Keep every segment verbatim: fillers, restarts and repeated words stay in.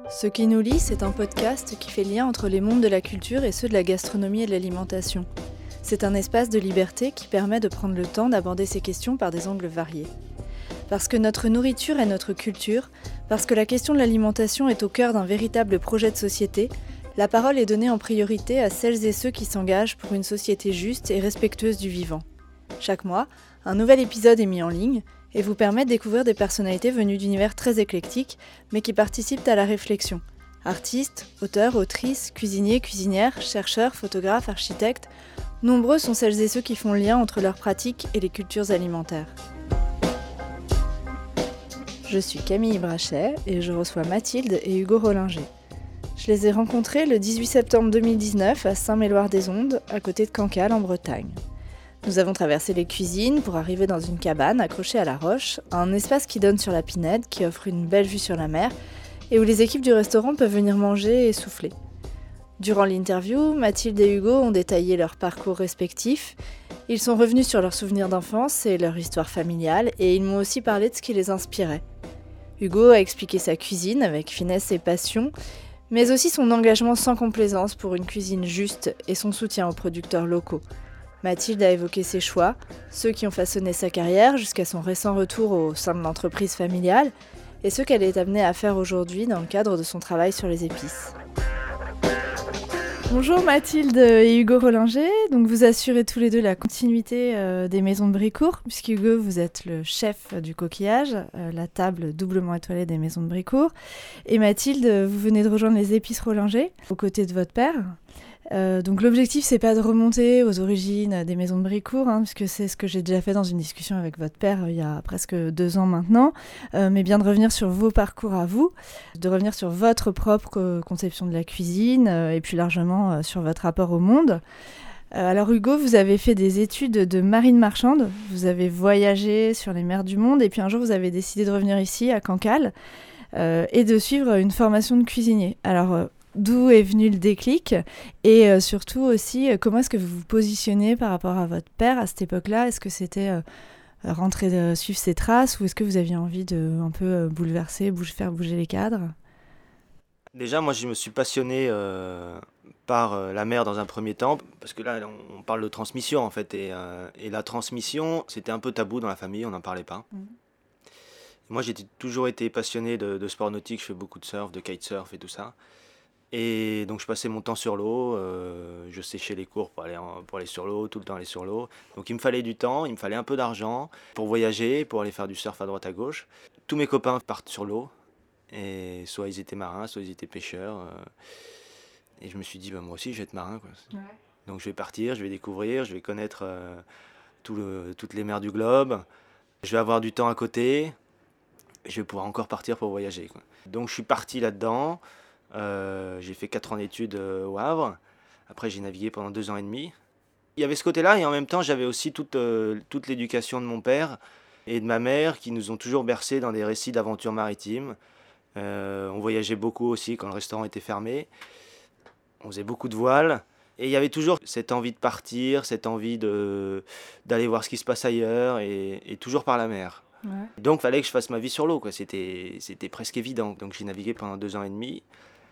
Ce qui nous lie, c'est un podcast qui fait lien entre les mondes de la culture et ceux de la gastronomie et de l'alimentation. C'est un espace de liberté qui permet de prendre le temps d'aborder ces questions par des angles variés. Parce que notre nourriture est notre culture, parce que la question de l'alimentation est au cœur d'un véritable projet de société, la parole est donnée en priorité à celles et ceux qui s'engagent pour une société juste et respectueuse du vivant. Chaque mois, un nouvel épisode est mis en ligne et vous permet de découvrir des personnalités venues d'univers très éclectiques, mais qui participent à la réflexion. Artistes, auteurs, autrices, cuisiniers, cuisinières, chercheurs, photographes, architectes, nombreux sont celles et ceux qui font le lien entre leurs pratiques et les cultures alimentaires. Je suis Camille Brachet et je reçois Mathilde et Hugo Rollinger. Je les ai rencontrés le dix-huit septembre deux mille dix-neuf à Saint-Méloire-des-Ondes, à côté de Cancale, en Bretagne. Nous avons traversé les cuisines pour arriver dans une cabane accrochée à la roche, un espace qui donne sur la Pinède, qui offre une belle vue sur la mer, et où les équipes du restaurant peuvent venir manger et souffler. Durant l'interview, Mathilde et Hugo ont détaillé leur parcours respectifs. Ils sont revenus sur leurs souvenirs d'enfance et leur histoire familiale, et ils m'ont aussi parlé de ce qui les inspirait. Hugo a expliqué sa cuisine avec finesse et passion, mais aussi son engagement sans complaisance pour une cuisine juste et son soutien aux producteurs locaux. Mathilde a évoqué ses choix, ceux qui ont façonné sa carrière jusqu'à son récent retour au sein de l'entreprise familiale, et ceux qu'elle est amenée à faire aujourd'hui dans le cadre de son travail sur les épices. Bonjour Mathilde et Hugo Rollinger, donc vous assurez tous les deux la continuité euh, des maisons de Brécourt, puisque Hugo vous êtes le chef du coquillage, euh, la table doublement étoilée des maisons de Brécourt, et Mathilde, vous venez de rejoindre les épices Rollinger, aux côtés de votre père. Euh, donc l'objectif, c'est pas de remonter aux origines des maisons de Brécourt, hein, puisque c'est ce que j'ai déjà fait dans une discussion avec votre père euh, il y a presque deux ans maintenant, euh, mais bien de revenir sur vos parcours à vous, de revenir sur votre propre euh, conception de la cuisine, euh, et plus largement euh, sur votre rapport au monde. Euh, alors Hugo, vous avez fait des études de marine marchande, vous avez voyagé sur les mers du monde, et puis un jour vous avez décidé de revenir ici à Cancale, euh, et de suivre une formation de cuisinier. Alors euh, d'où est venu le déclic et euh, surtout aussi, euh, comment est-ce que vous vous positionnez par rapport à votre père à cette époque-là ? Est-ce que c'était euh, rentrer euh, suivre ses traces ou est-ce que vous aviez envie de un peu euh, bouleverser, bouge, faire bouger les cadres ? Déjà, moi, je me suis passionné euh, par euh, la mer dans un premier temps, parce que là, on, on parle de transmission, en fait, et, euh, et la transmission, c'était un peu tabou dans la famille, on n'en parlait pas. Mmh. Moi, j'ai toujours été passionné de, de sport nautique, je fais beaucoup de surf, de kitesurf et tout ça. Et donc je passais mon temps sur l'eau, euh, je séchais les cours pour aller, en, pour aller sur l'eau, tout le temps aller sur l'eau. Donc il me fallait du temps, il me fallait un peu d'argent pour voyager, pour aller faire du surf à droite à gauche. Tous mes copains partent sur l'eau, et soit ils étaient marins, soit ils étaient pêcheurs. Euh, et je me suis dit, bah, moi aussi je vais être marin, quoi. Ouais. Donc je vais partir, je vais découvrir, je vais connaître euh, tout le, toutes les mers du globe. Je vais avoir du temps à côté, je vais pouvoir encore partir pour voyager, quoi. Donc je suis parti là-dedans. Euh, j'ai fait quatre ans d'études euh, au Havre. Après, j'ai navigué pendant deux ans et demi. Il y avait ce côté-là, et en même temps, j'avais aussi toute, euh, toute l'éducation de mon père et de ma mère qui nous ont toujours bercés dans des récits d'aventures maritimes. Euh, on voyageait beaucoup aussi quand le restaurant était fermé. On faisait beaucoup de voile. Et il y avait toujours cette envie de partir, cette envie de, d'aller voir ce qui se passe ailleurs, et, et toujours par la mer. Ouais. Donc, il fallait que je fasse ma vie sur l'eau, quoi. C'était, c'était presque évident. Donc, j'ai navigué pendant deux ans et demi.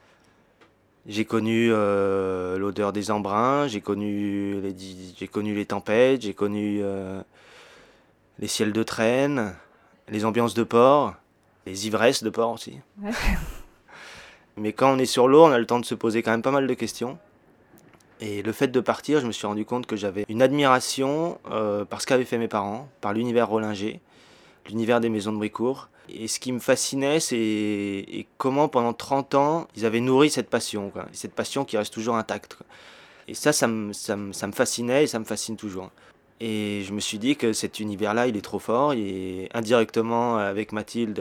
J'ai connu euh, l'odeur des embruns, j'ai connu les, j'ai connu les tempêtes, j'ai connu euh, les ciels de traîne, les ambiances de port, les ivresses de port aussi. Ouais. Mais quand on est sur l'eau, on a le temps de se poser quand même pas mal de questions. Et le fait de partir, je me suis rendu compte que j'avais une admiration euh, par ce qu'avaient fait mes parents, par l'univers Rollinger, l'univers des maisons de Brécourt. Et ce qui me fascinait, c'est et comment pendant trente ans, ils avaient nourri cette passion, quoi. Cette passion qui reste toujours intacte, quoi. Et ça, ça me, ça, me, ça me fascinait et ça me fascine toujours. Et je me suis dit que cet univers-là, il est trop fort. Et indirectement, avec Mathilde,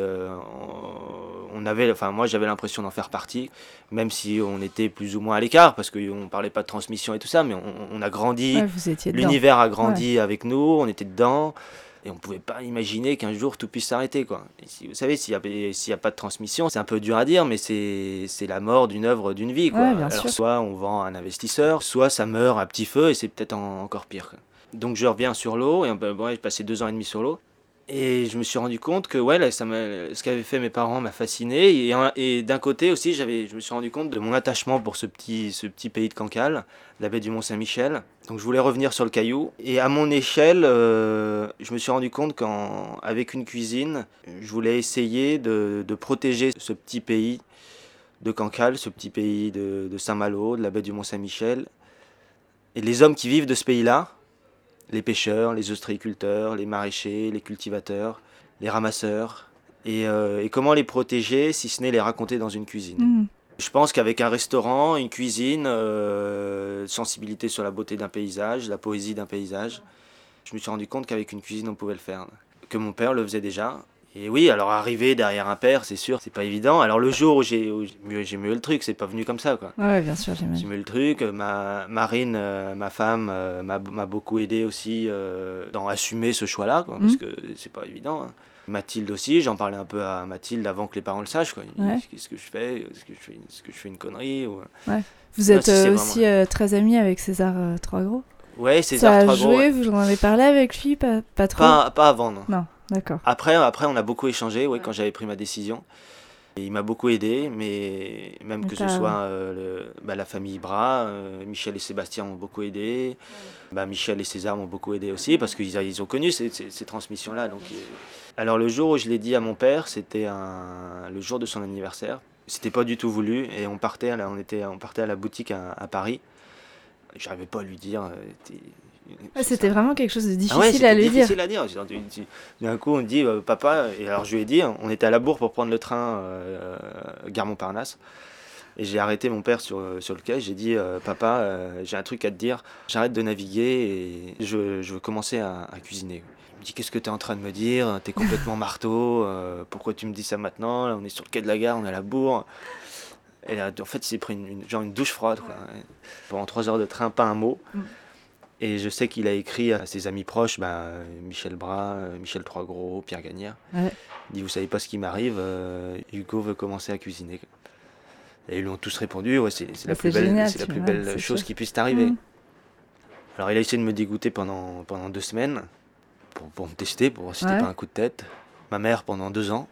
on avait, enfin, moi, j'avais l'impression d'en faire partie, même si on était plus ou moins à l'écart, parce qu'on ne parlait pas de transmission et tout ça, mais on, on a grandi, ouais, l'univers a grandi ouais. avec nous, on était dedans. Et on ne pouvait pas imaginer qu'un jour tout puisse s'arrêter, quoi. Et si, vous savez, s'il n'y a, a pas de transmission, c'est un peu dur à dire, mais c'est, c'est la mort d'une œuvre, d'une vie, quoi. Ouais, Alors sûr. Soit on vend à un investisseur, soit ça meurt à petit feu et c'est peut-être en, encore pire, quoi. Donc je reviens sur l'eau, et bon, j'ai passé deux ans et demi sur l'eau. Et je me suis rendu compte que ouais, là, ça m'a- ce qu'avaient fait mes parents m'a fasciné. Et, en- et d'un côté aussi, j'avais, je me suis rendu compte de mon attachement pour ce petit, ce petit pays de Cancale, la baie du Mont-Saint-Michel. Donc je voulais revenir sur le Caillou. Et à mon échelle, euh, je me suis rendu compte qu'avec une cuisine, je voulais essayer de, de protéger ce petit pays de Cancale, ce petit pays de, de Saint-Malo, de la baie du Mont-Saint-Michel. Et les hommes qui vivent de ce pays-là, les pêcheurs, les ostréiculteurs, les maraîchers, les cultivateurs, les ramasseurs, et, euh, et comment les protéger si ce n'est les raconter dans une cuisine. Mhm. Je pense qu'avec un restaurant, une cuisine, euh, sensibilité sur la beauté d'un paysage, la poésie d'un paysage, je me suis rendu compte qu'avec une cuisine on pouvait le faire, que mon père le faisait déjà. Et oui, alors arriver derrière un père, c'est sûr, c'est pas évident. Alors le jour où j'ai, où j'ai mué, j'ai mué le truc, c'est pas venu comme ça, quoi. Ouais, bien sûr, J'ai j'imagine. mué le truc. Ma Marine, euh, ma femme, euh, m'a, m'a beaucoup aidé aussi euh, dans assumer ce choix-là, quoi, parce Mhm. que c'est pas évident, hein. Mathilde aussi, j'en parlais un peu à Mathilde avant que les parents le sachent, quoi. Il me Ouais. dit, qu'est-ce que je fais? Est-ce que je fais, est-ce que je fais une connerie ou... Vous Non, êtes si, c'est euh, vraiment- aussi euh, très amis avec César euh, Trois-Gros. Ouais, César Ça a Trois Gros, joué, ouais. vous en avez parlé avec lui, pas, pas trop Pas, pas avant, non. Non, d'accord. Après, après, on a beaucoup échangé, ouais, Ouais. quand j'avais pris ma décision. Et il m'a beaucoup aidé, mais même Mais que ce t'as- soit euh, le- bah, la famille Bras, euh, Michel et Sébastien m'ont beaucoup aidé. Bah, Michel et César m'ont beaucoup aidé aussi, parce qu'ils a- ils ont connu ces, ces- ces transmissions-là. Donc, euh, Alors le jour où je l'ai dit à mon père, c'était un- le jour de son anniversaire. C'était pas du tout voulu, et on partait à la, on était, on partait à la boutique à, à Paris. J'arrivais pas à lui dire... euh, t'es- Ouais, c'était vraiment quelque chose de difficile ah ouais, à c'était lui dire. difficile à dire. Genre, tu- tu- D'un coup, on me dit, euh, papa, et alors je lui ai dit, on était à la bourre pour prendre le train euh, euh, Gare Montparnasse. Et j'ai arrêté mon père sur, sur le quai, j'ai dit, euh, papa, euh, j'ai un truc à te dire, j'arrête de naviguer et je, je veux commencer à, à cuisiner. Il me dit, qu'est-ce que tu es en train de me dire? T'es complètement marteau, euh, pourquoi tu me dis ça maintenant? Là, on est sur le quai de la gare, on est à la bourre. Et là, en fait, il s'est pris une, une- genre une douche froide, quoi. Pendant trois heures de train, pas un mot. Mm. Et je sais qu'il a écrit à ses amis proches, bah, Michel Bras, euh, Michel Troisgros, Pierre Gagnère. Ouais. Il dit, vous savez pas ce qui m'arrive, euh, Hugo veut commencer à cuisiner. Et ils lui ont tous répondu, ouais, c'est, c'est la Bah, plus c'est belle, génial, c'est la tu plus vois, belle c'est chose chouette. qui puisse t'arriver. Mm. Alors il a essayé de me dégoûter pendant, pendant deux semaines, pour, pour me tester, pour voir si c'était Ouais. pas un coup de tête. Ma mère pendant deux ans.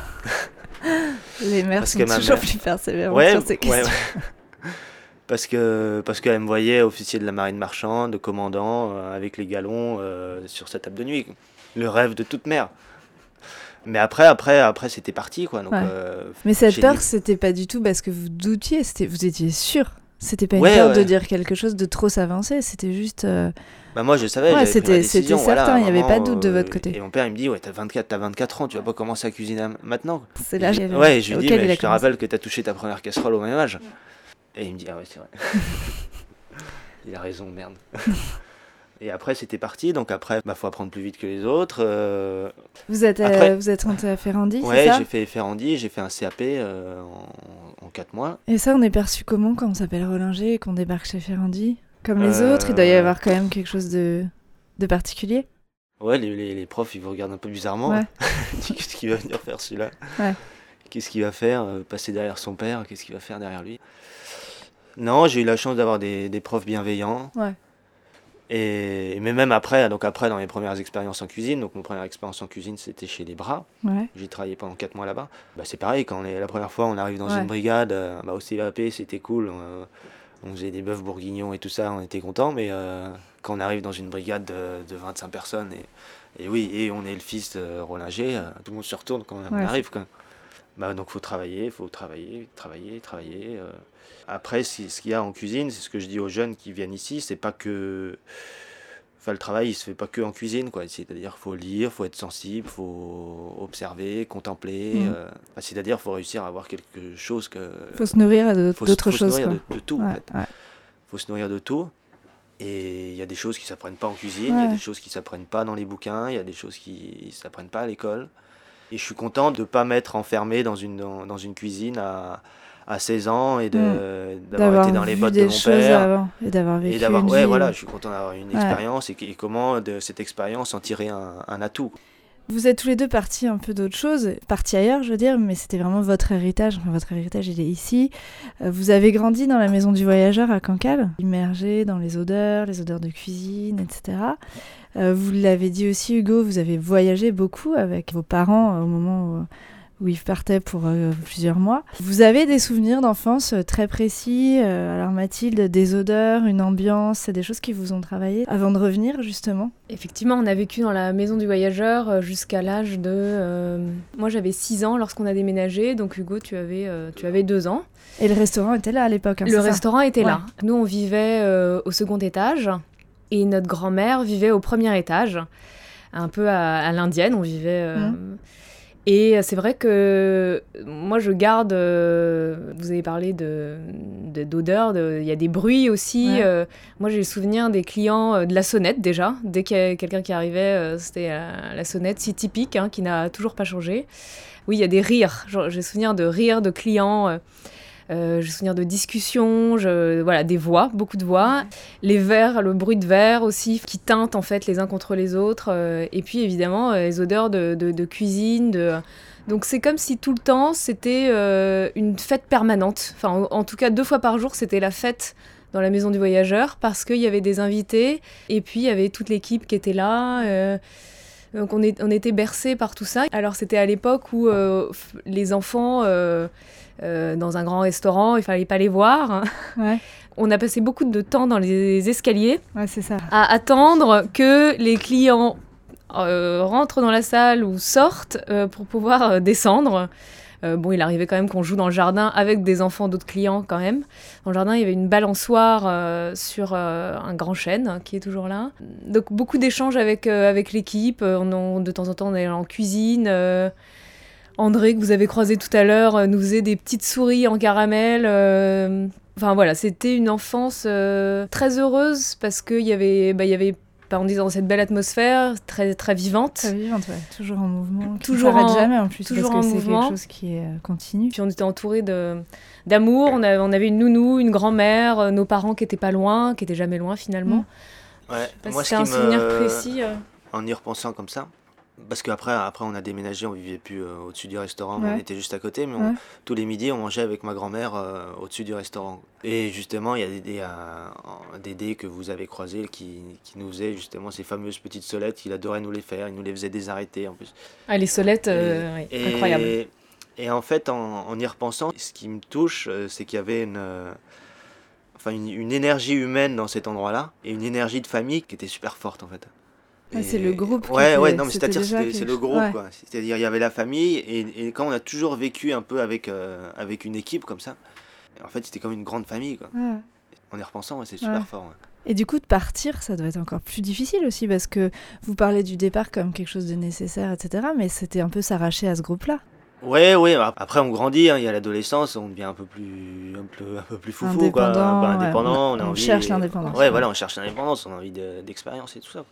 Les mères Parce sont que ma toujours mère- plus persévérantes Ouais, sur ces ouais, questions. ouais. Parce que parce qu'elle me voyait officier de la marine marchande, commandant, euh, avec les galons euh, sur sa table de nuit. Le rêve de toute mère. Mais après, après, après, c'était parti, quoi. Donc, Ouais. euh, Mais cette j'ai peur, dit- c'était pas du tout parce que vous doutiez, c'était, vous étiez sûr. C'était pas une Ouais, peur de ouais. dire quelque chose, de trop s'avancer, c'était juste... euh, bah moi, je savais, Ouais, j'avais pris c'était- ma décision, c'était voilà, certain, il y avait maman, pas de doute de votre côté. Et mon père, il me dit, ouais, t'as vingt-quatre, t'as vingt-quatre ans, tu vas pas commencer à cuisiner à- maintenant. C'est l'âge Et je- ouais, je lui dis, auquel mais il a je te commencé. rappelle que t'as touché ta première casserole au même âge. Et il me dit, ah ouais, c'est vrai. Il a raison, merde. Et après, c'était parti. Donc après, bah, faut apprendre plus vite que les autres. euh, Vous êtes, euh, Après- vous êtes rentré à Ferrandi, Ouais, c'est ça j'ai fait Ferrandi, j'ai fait un C A P euh, en, en quatre mois. Et ça, on est perçu comment quand on s'appelle Rollinger et qu'on débarque chez Ferrandi? Comme les Euh, autres, il doit y avoir quand même quelque chose de, de particulier. Ouais, les, les, les profs, ils vous regardent un peu bizarrement. Ouais. Ils disent, qu'est-ce qu'il va venir faire celui-là? Ouais. Qu'est-ce qu'il va faire? euh, Passer derrière son père? Qu'est-ce qu'il va faire derrière lui? Non, j'ai eu la chance d'avoir des, des profs bienveillants. Ouais. Et, mais même après, donc après, dans mes premières expériences en cuisine, donc mon première expérience en cuisine, c'était chez les Bras. Ouais. J'ai travaillé pendant quatre mois là-bas. Bah, c'est pareil, quand on est, la première fois on arrive dans Ouais. une brigade, euh, bah, au C A P c'était cool, on, on faisait des bœufs bourguignons et tout ça, on était contents, mais euh, quand on arrive dans une brigade de, de vingt-cinq personnes, et, et oui, et on est le fils de Rollinger, euh, tout le monde se retourne quand on Ouais, arrive. Quoi. Bah, donc faut travailler, faut travailler, travailler, travailler. euh. Après, si- ce qu'il y a en cuisine, c'est ce que je dis aux jeunes qui viennent ici, c'est pas que... Enfin, le travail, il se fait pas que en cuisine, quoi. C'est-à-dire qu'il faut lire, faut être sensible, faut observer, contempler. Mhm. euh, enfin, c'est-à-dire qu'il faut réussir à avoir quelque chose que... Faut se nourrir de- faut se- d'autres faut se choses, nourrir quoi. de, de tout, en Ouais, fait. ouais. Faut se nourrir de tout. Et il y a des choses qui s'apprennent pas en cuisine, il y a Ouais. des choses qui s'apprennent pas dans les bouquins, il y a des choses qui s'apprennent pas à l'école. Et je suis content de pas m'être enfermé dans une, dans, dans une cuisine à, à seize ans et de, d'avoir D'avoir été dans les vu bottes des de mon choses père. avant et d'avoir vécu Et d'avoir, une ouais, vie, voilà, euh. je suis content d'avoir une Ouais. expérience et, que- et comment de cette expérience en tirer un, un atout. Vous êtes tous les deux partis un peu d'autre chose, partis ailleurs, je veux dire, mais c'était vraiment votre héritage. Enfin, votre héritage, il est ici. Euh, vous avez grandi dans la maison du voyageur à Cancale, immergé dans les odeurs, les odeurs de cuisine, et cetera. Euh, vous l'avez dit aussi, Hugo, vous avez voyagé beaucoup avec vos parents euh, au moment où, où ils partaient pour euh, plusieurs mois. Vous avez des souvenirs d'enfance euh, très précis. Euh, alors Mathilde, des odeurs, une ambiance, c'est des choses qui vous ont travaillé avant de revenir justement? Effectivement, on a vécu dans la maison du voyageur euh, jusqu'à l'âge de... Euh... Moi j'avais six ans lorsqu'on a déménagé, donc Hugo tu avais, euh, tu avais deux ans. Et le restaurant était là à l'époque, hein, Le c'est restaurant ça était ouais. là. Nous on vivait euh, au second étage et notre grand-mère vivait au premier étage, un peu à, à l'indienne, on vivait... Euh... Mmh. Et c'est vrai que moi, je garde... Euh, vous avez parlé de, de, d'odeur, il y a des bruits aussi. Ouais. Euh, moi, j'ai le souvenir des clients, euh, de la sonnette déjà. Dès qu'il y a quelqu'un qui arrivait, euh, c'était la, la sonnette, si typique, hein, qui n'a toujours pas changé. Oui, il y a des rires. Genre, j'ai le souvenir de rires de clients. Euh, Euh, j'ai le souvenir de discussions, je, voilà, des voix, beaucoup de voix. Les verres, le bruit de verre aussi, qui teintent en fait les uns contre les autres. Euh, et puis évidemment, euh, les odeurs de, de, de cuisine. De... Donc c'est comme si tout le temps, c'était euh, une fête permanente. Enfin, en, en tout cas, deux fois par jour, c'était la fête dans la maison du voyageur parce qu'il y avait des invités et puis il y avait toute l'équipe qui était là. Euh, donc on, est, on était bercés par tout ça. Alors c'était à l'époque où euh, les enfants... Euh, Euh, dans un grand restaurant, il fallait pas les voir. Ouais. On a passé beaucoup de temps dans les escaliers ouais, c'est ça. à attendre que les clients euh, rentrent dans la salle ou sortent euh, pour pouvoir euh, descendre. Euh, bon, il arrivait quand même qu'on joue dans le jardin avec des enfants d'autres clients quand même. Dans le jardin, il y avait une balançoire euh, sur euh, un grand chêne qui est toujours là. Donc beaucoup d'échanges avec, euh, avec l'équipe. On, on, de temps en temps, on allait en cuisine. Euh, André, que vous avez croisé tout à l'heure, nous faisait des petites souris en caramel. Euh... Enfin voilà, c'était une enfance euh, très heureuse parce qu'il y avait, bah, y avait bah, on est dans cette belle atmosphère, très, très vivante. Très vivante, ouais. Toujours en mouvement. Qui toujours ne s'arrête en, jamais en plus, toujours parce que en c'est mouvement. quelque chose qui est euh, continu. Puis on était entourés de, d'amour, on, a, on avait une nounou, une grand-mère, euh, nos parents qui n'étaient pas loin, qui n'étaient jamais loin finalement. Mmh. Ouais, parce moi, c'était ce un qui souvenir me... précis. Euh... En y repensant comme ça, parce qu'après après on a déménagé, on vivait plus euh, au-dessus du restaurant, ouais. On était juste à côté, mais on, ouais. tous les midis on mangeait avec ma grand-mère euh, au-dessus du restaurant. Et justement il y a des dés, euh, des dés que vous avez croisés qui, qui nous faisaient justement ces fameuses petites solettes, il adorait nous les faire, il nous les faisait désarrêter en plus. Ah les solettes, euh, et, oui, incroyable. Et, et en fait en, en y repensant, ce qui me touche euh, c'est qu'il y avait une... Euh, enfin une, une énergie humaine dans cet endroit-là, et une énergie de famille qui était super forte en fait. Ah, c'est le groupe. Ouais, qui ouais, était, non, mais c'est-à-dire c'est, c'est le groupe, ouais. quoi. C'est-à-dire il y avait la famille et, et quand on a toujours vécu un peu avec euh, avec une équipe comme ça, en fait c'était comme une grande famille, quoi. Ouais. En y repensant, ouais, c'est super ouais. fort. Ouais. Et du coup de partir, ça doit être encore plus difficile aussi parce que vous parlez du départ comme quelque chose de nécessaire, et cetera. Mais c'était un peu s'arracher à ce groupe-là. Ouais, ouais. Après on grandit, hein, il y a l'adolescence, on devient un peu plus, un peu, un peu plus foufou, indépendant, quoi. Bah, ouais. indépendant, on, on a on envie. cherche l'indépendance. Ouais, ouais, voilà, on cherche l'indépendance, on a envie de, d'expérience et tout ça.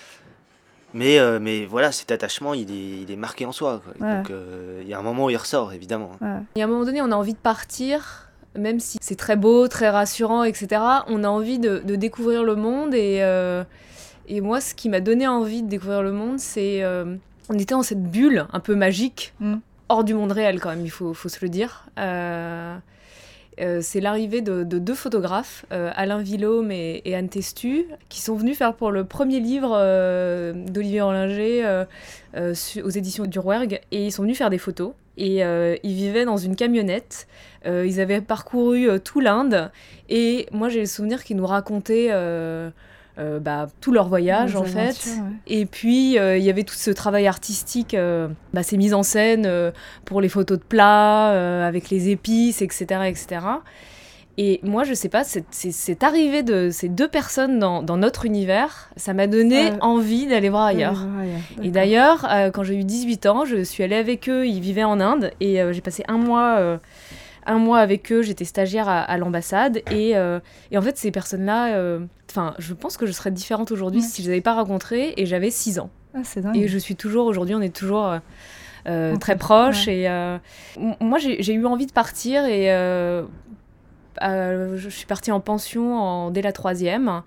Mais, euh, mais voilà, cet attachement, il est, il est marqué en soi. Quoi. Ouais. Donc il euh, y a un moment où il ressort, évidemment. Ouais. Il y a un moment donné, on a envie de partir, même si c'est très beau, très rassurant, et cetera. On a envie de, de découvrir le monde. Et, euh, et moi, ce qui m'a donné envie de découvrir le monde, c'est... Euh, on était dans cette bulle un peu magique, mm. hors du monde réel quand même, il faut, faut se le dire. Euh, Euh, c'est l'arrivée de, de deux photographes, euh, Alain Villaume et, et Anne Testu, qui sont venus faire pour le premier livre euh, d'Olivier Orlinger euh, euh, aux éditions du Rouergue, et ils sont venus faire des photos. Et euh, ils vivaient dans une camionnette, euh, ils avaient parcouru euh, tout l'Inde, et moi j'ai le souvenir qu'ils nous racontaient... Euh, Euh, bah, tout leur voyage en fait, ouais. Et puis il euh, y avait tout ce travail artistique, euh, bah, ces mises en scène euh, pour les photos de plats euh, avec les épices, etc., etc. Et moi je sais pas, c'est, c'est, c'est arrivé de ces deux personnes dans, dans notre univers, ça m'a donné euh, envie d'aller voir ailleurs. Ouais, ouais, et d'ailleurs euh, quand j'ai eu dix-huit ans, je suis allée avec eux, ils vivaient en Inde, et euh, j'ai passé un mois euh, un mois avec eux, j'étais stagiaire à, à l'ambassade, et, euh, et en fait ces personnes-là, enfin euh, je pense que je serais différente aujourd'hui ouais. si je les avais pas rencontrées, et j'avais six ans. Ah, c'est dingue. Et je suis toujours, aujourd'hui on est toujours euh, euh, très proches, ouais. et euh, moi j'ai, j'ai eu envie de partir, et euh, euh, je suis partie en pension en, dès la troisième,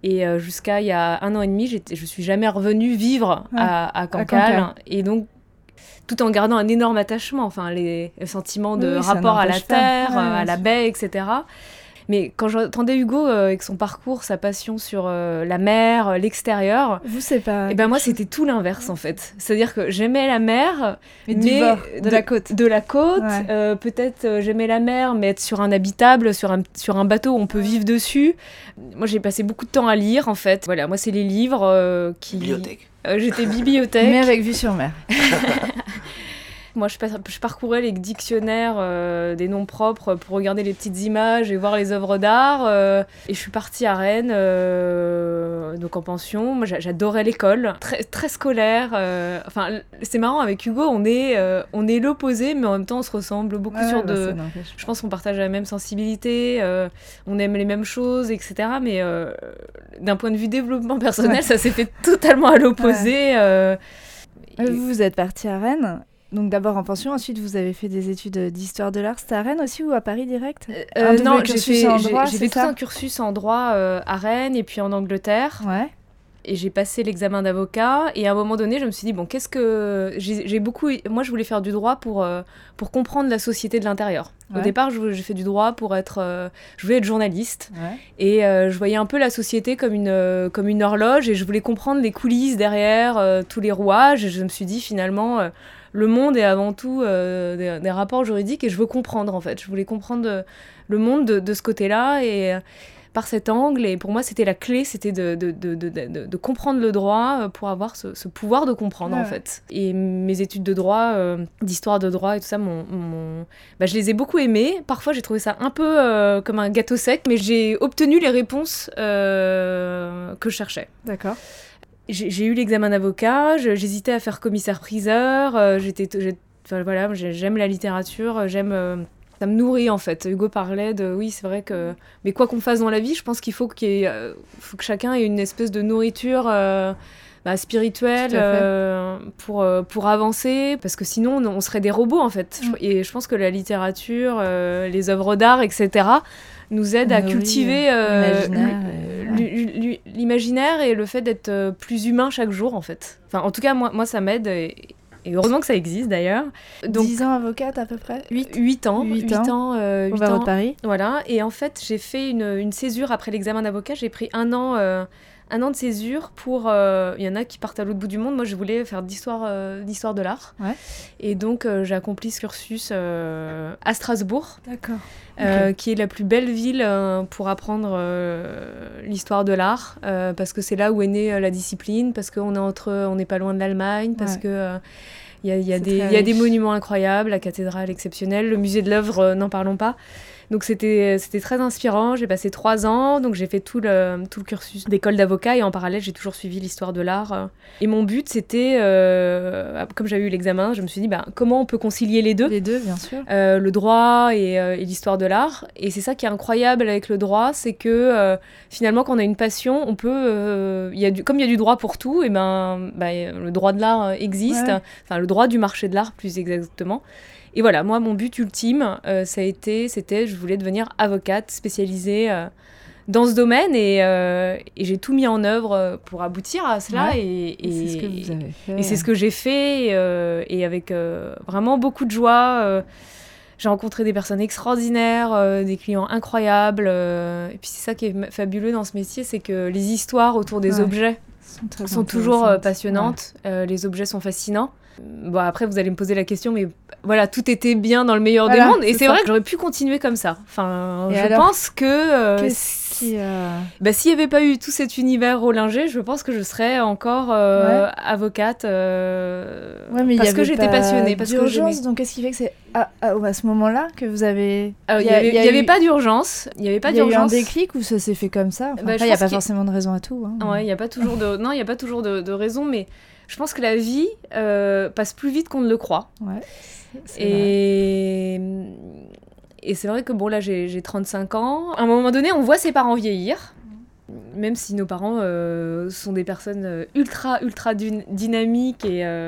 Et euh, jusqu'à il y a un an et demi, j'étais, je suis jamais revenue vivre ouais, à, à Cancale. À Cancale. Et donc, tout en gardant un énorme attachement, enfin, les, les sentiments de oui, rapport à la terre, ouais, à la baie, et cetera. Mais quand j'entendais Hugo euh, avec son parcours, sa passion sur euh, la mer, euh, l'extérieur, vous c'est pas. Et ben moi c'était tout l'inverse en fait. C'est-à-dire que j'aimais la mer, mais, mais du bord, de, de la côte. De la côte. Ouais. Euh, peut-être euh, j'aimais la mer, mais être sur un habitable, sur un sur un bateau où on peut vivre dessus. Moi j'ai passé beaucoup de temps à lire en fait. Voilà, moi c'est les livres euh, qui. Bibliothèque. Euh, j'étais bibliothèque. Mais avec vue sur mer. Moi, je, je parcourais les dictionnaires euh, des noms propres pour regarder les petites images et voir les œuvres d'art. Euh, et je suis partie à Rennes, euh, donc en pension. Moi, j'adorais l'école, très, très scolaire. Euh, enfin, c'est marrant, avec Hugo, on est, euh, on est l'opposé, mais en même temps, on se ressemble beaucoup ouais, sur de... Bah, je pense qu'on partage la même sensibilité, euh, on aime les mêmes choses, et cetera. Mais euh, d'un point de vue développement personnel, ouais. ça s'est fait totalement à l'opposé. Ouais. Euh, et... Vous, vous êtes partie à Rennes. Donc d'abord en pension, ensuite vous avez fait des études d'histoire de l'art. C'était à Rennes aussi ou à Paris direct? euh, Non, j'ai fait, droit, j'ai, j'ai fait tout un cursus en droit euh, à Rennes et puis en Angleterre. Ouais. Et j'ai passé l'examen d'avocat. Et à un moment donné, je me suis dit, bon, qu'est-ce que... J'ai, j'ai beaucoup... Moi, je voulais faire du droit pour, euh, pour comprendre la société de l'intérieur. Ouais. Au départ, je, j'ai fait du droit pour être... Euh, je voulais être journaliste. Ouais. Et euh, je voyais un peu la société comme une, euh, comme une horloge. Et je voulais comprendre les coulisses derrière euh, tous les rouages. Et je me suis dit, finalement... Euh, le monde est avant tout euh, des, des rapports juridiques et je veux comprendre en fait. Je voulais comprendre de, le monde de, de ce côté-là et euh, par cet angle. Et pour moi, c'était la clé, c'était de, de, de, de, de, de comprendre le droit pour avoir ce, ce pouvoir de comprendre ouais. en fait. Et mes études de droit, euh, d'histoire de droit et tout ça, mon, mon... Bah, je les ai beaucoup aimées. Parfois, j'ai trouvé ça un peu euh, comme un gâteau sec, mais j'ai obtenu les réponses euh, que je cherchais. D'accord. J'ai, j'ai eu l'examen d'avocat, je, j'hésitais à faire commissaire-priseur, euh, j'étais, j'ai, enfin, voilà, j'aime la littérature, j'aime, euh, ça me nourrit en fait. Hugo parlait de, oui c'est vrai que, mais quoi qu'on fasse dans la vie, je pense qu'il faut, qu'il y ait, euh, faut que chacun ait une espèce de nourriture euh, bah, spirituelle euh, pour, euh, pour avancer, parce que sinon on, on serait des robots en fait. Mm. Et je pense que la littérature, euh, les œuvres d'art, et cetera nous aide à oui, cultiver euh, l'imaginaire, l'imaginaire et le fait d'être euh, plus humain chaque jour en fait. Enfin, en tout cas, moi, moi ça m'aide et, et heureusement que ça existe d'ailleurs. Donc, dix ans avocate à peu près huit ans. huit ans. Euh, Au barreau de Paris. Voilà. Et en fait, j'ai fait une, une césure après l'examen d'avocat. J'ai pris un an... Euh, un an de césure pour... Il euh, y en a qui partent à l'autre bout du monde. Moi, je voulais faire d'histoire, euh, d'histoire de l'art. Ouais. Et donc, euh, j'ai accompli ce cursus euh, à Strasbourg. D'accord. Euh, okay. Qui est la plus belle ville euh, pour apprendre euh, l'histoire de l'art. Euh, parce que c'est là où est née euh, la discipline. Parce qu'on est entre, on n'est pas loin de l'Allemagne. Parce ouais. que... Euh, il y a, y a, des, y a des monuments incroyables, la cathédrale exceptionnelle, le musée de l'œuvre, euh, n'en parlons pas. Donc c'était, c'était très inspirant, j'ai passé trois ans, donc j'ai fait tout le, tout le cursus d'école d'avocat et en parallèle j'ai toujours suivi l'histoire de l'art. Et mon but c'était, euh, comme j'avais eu l'examen, je me suis dit bah, comment on peut concilier les deux. Les deux bien sûr. Euh, le droit et, euh, et l'histoire de l'art. Et c'est ça qui est incroyable avec le droit, c'est que euh, finalement quand on a une passion, on peut, euh, y a du, comme il y a du droit pour tout, et ben, bah, le droit de l'art existe, ouais. Enfin le droit du marché de l'art plus exactement. Et voilà, moi, mon but ultime, euh, ça a été, c'était, je voulais devenir avocate spécialisée euh, dans ce domaine et, euh, et j'ai tout mis en œuvre pour aboutir à cela. Ouais. Et, et, et c'est ce que vous avez fait. Et c'est ce que j'ai fait et, euh, et avec euh, vraiment beaucoup de joie. Euh, j'ai rencontré des personnes extraordinaires, euh, des clients incroyables. Euh, et puis c'est ça qui est fabuleux dans ce métier, c'est que les histoires autour des ouais. objets sont, sont toujours euh, passionnantes. Ouais. Euh, les objets sont fascinants. Bon, après, vous allez me poser la question, mais voilà, tout était bien dans le meilleur voilà, des mondes. Et c'est, c'est vrai que j'aurais pu continuer comme ça. Enfin, et je alors, pense que... Euh, qui, euh... bah, s'il n'y avait pas eu tout cet univers Rollinger, je pense que je serais encore euh, ouais. avocate. Euh, ouais, mais parce que j'étais passionnée. Parce d'urgence, que donc qu'est-ce qui fait que c'est à, à, à ce moment-là que vous avez... Il n'y avait eu... pas d'urgence. Il n'y avait pas y a d'urgence. eu un déclic ou ça s'est fait comme ça enfin, bah, il n'y a pas forcément de raison à tout. Hein, ouais, il n'y a pas toujours de... Non, il n'y a pas toujours de, de raison, mais... Je pense que la vie euh, passe plus vite qu'on ne le croit. Ouais, c'est et... et c'est vrai que bon, là, j'ai, j'ai trente-cinq ans. À un moment donné, on voit ses parents vieillir. Même si nos parents euh, sont des personnes ultra, ultra dyn- dynamiques et, euh,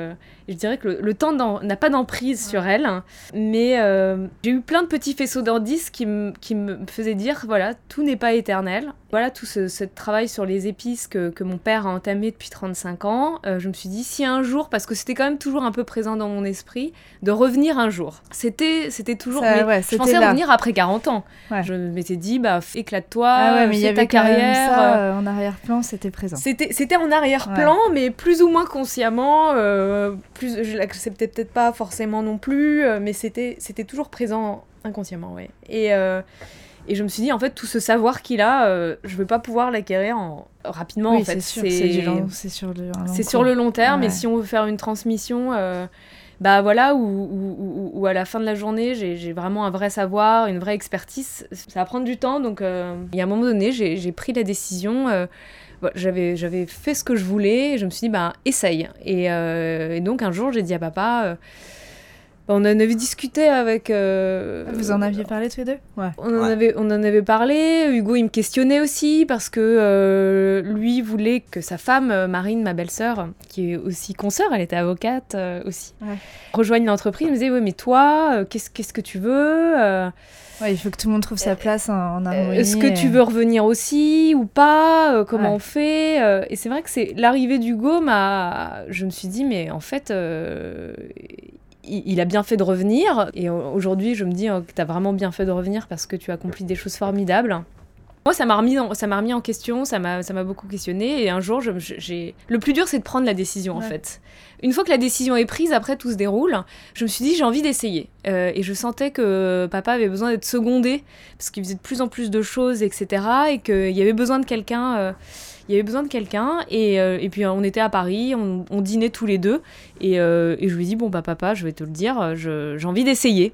je dirais que le, le temps n'a pas d'emprise ouais. sur elle, mais euh, j'ai eu plein de petits faisceaux d'indices qui, m- qui me faisaient dire, voilà, tout n'est pas éternel. Voilà, tout ce, ce travail sur les épices que, que mon père a entamé depuis trente-cinq ans, euh, je me suis dit, si un jour, parce que c'était quand même toujours un peu présent dans mon esprit, de revenir un jour. C'était, c'était toujours... Ça, mais ouais, je pensais là. revenir après quarante ans. Ouais. Je m'étais dit, bah, éclate-toi, ah ouais, mais fais y avait ta carrière. Ça, euh, en arrière-plan, c'était présent. C'était, c'était en arrière-plan, ouais. mais plus ou moins consciemment. Euh, plus, je l'acceptais peut-être pas forcément non plus, euh, mais c'était, c'était toujours présent inconsciemment, ouais. Et... Euh, Et je me suis dit, en fait, tout ce savoir qu'il a, euh, je ne vais pas pouvoir l'acquérir en... rapidement, oui, en fait. C'est, sûr, c'est, du long, c'est sur le long C'est sur le long terme, ouais. Et si on veut faire une transmission, euh, bah voilà, où, où, où, où à la fin de la journée, j'ai, j'ai vraiment un vrai savoir, une vraie expertise, ça va prendre du temps. Donc, euh, il y a un moment donné, j'ai, j'ai pris la décision... Euh, J'avais, j'avais fait ce que je voulais, et je me suis dit, bah, essaye. Et, euh, et donc, un jour, j'ai dit à papa... Euh, on en avait discuté avec... Euh... Vous en aviez parlé tous les deux ? Ouais. On en, ouais. avait, on en avait parlé. Hugo, il me questionnait aussi parce que euh, lui voulait que sa femme, Marine, ma belle-sœur, qui est aussi consoeur, elle était avocate euh, aussi, ouais. rejoigne l'entreprise. Il me disait, oui, mais toi, euh, qu'est-ce, qu'est-ce que tu veux euh... Ouais, il faut que tout le monde trouve sa place en, en harmonie. Est-ce que et... tu veux revenir aussi ou pas euh, Comment ouais. on fait euh, Et c'est vrai que c'est l'arrivée d'Hugo m'a... Je me suis dit, mais en fait... Euh... il a bien fait de revenir, et aujourd'hui je me dis que tu as vraiment bien fait de revenir parce que tu as accompli des choses formidables. Moi, ça m'a remis en, ça m'a remis en question, ça m'a, ça m'a beaucoup questionné, et un jour, je, j'ai... le plus dur, c'est de prendre la décision, ouais. en fait. Une fois que la décision est prise, après, tout se déroule, je me suis dit, j'ai envie d'essayer. Euh, et je sentais que papa avait besoin d'être secondé, parce qu'il faisait de plus en plus de choses, et cetera, et qu'il y avait besoin de quelqu'un... Euh, Il y avait besoin de quelqu'un, et, euh, et puis on était à Paris, on, on dînait tous les deux, et, euh, et je lui ai dit, bon bah papa, je vais te le dire, je, j'ai envie d'essayer.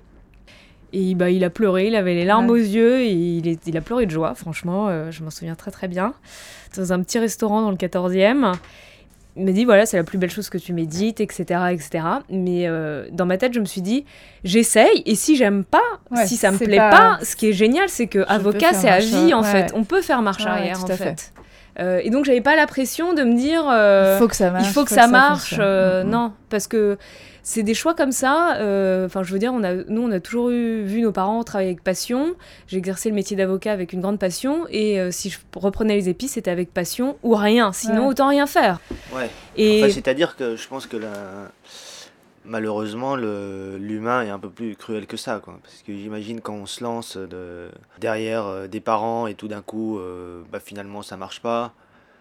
Et bah, il a pleuré, il avait les larmes ouais. aux yeux, et il, est, il a pleuré de joie, franchement, euh, je m'en souviens très très bien, dans un petit restaurant dans le quatorzième. Il m'a dit, voilà, c'est la plus belle chose que tu m'aies dite, et cetera, et cetera. Mais euh, dans ma tête, je me suis dit, j'essaye, et si j'aime pas, ouais, si ça me plaît pas... pas, ce qui est génial, c'est que avocat, c'est à vie, en ouais. fait. On peut faire marche ouais, arrière, en fait. fait. Euh, et donc j'avais pas la pression de me dire euh, il faut que ça marche, il faut que, faut ça, que ça marche euh, mm-hmm. non, parce que c'est des choix comme ça, enfin euh, je veux dire on a, nous on a toujours eu, vu nos parents travailler avec passion. J'ai exercé le métier d'avocat avec une grande passion, et euh, si je reprenais les épices, c'était avec passion ou rien, sinon ouais. autant rien faire. Ouais, et... enfin, c'est-à-dire que je pense que la... malheureusement, le, l'humain est un peu plus cruel que ça, quoi. Parce que j'imagine quand on se lance de, derrière euh, des parents et tout d'un coup, euh, bah, finalement, ça marche pas.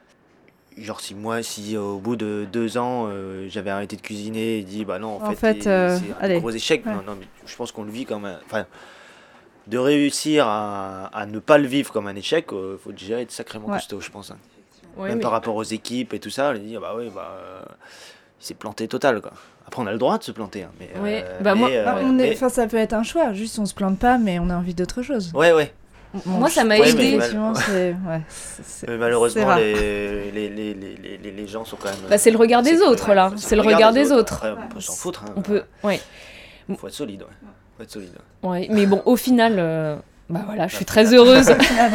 Genre si moi, si euh, au bout de deux ans, euh, j'avais arrêté de cuisiner et dit, bah non, en, en fait, fait euh, c'est un allez. gros échec. Ouais. Non, non, mais je pense qu'on le vit comme un... Enfin, de réussir à, à ne pas le vivre comme un échec, il euh, faut déjà être sacrément ouais. costaud, je pense. Hein. Ouais, Même mais... par rapport aux équipes et tout ça, on dit, bah oui, bah... Euh, il s'est planté total, quoi. Après, on a le droit de se planter. Hein, mais, oui. euh, bah, mais, moi, euh, bah, on mais... est, enfin, ça peut être un choix. Juste, on se plante pas, mais on a envie d'autre chose. Ouais, ouais. Bon, moi, ça m'a ouais, aidé. Mais, mal... c'est... Ouais, c'est, c'est... mais malheureusement, les, les, les, les, les, les gens sont quand même... Bah, c'est le regard des autres, que, là. C'est, c'est le regard, regard des, des autres. autres. Après, on peut s'en foutre. Hein. On peut... Ouais. Faut être solide, ouais. Faut être solide. Ouais, mais bon, au final... Euh... Bah voilà, je suis très heureuse.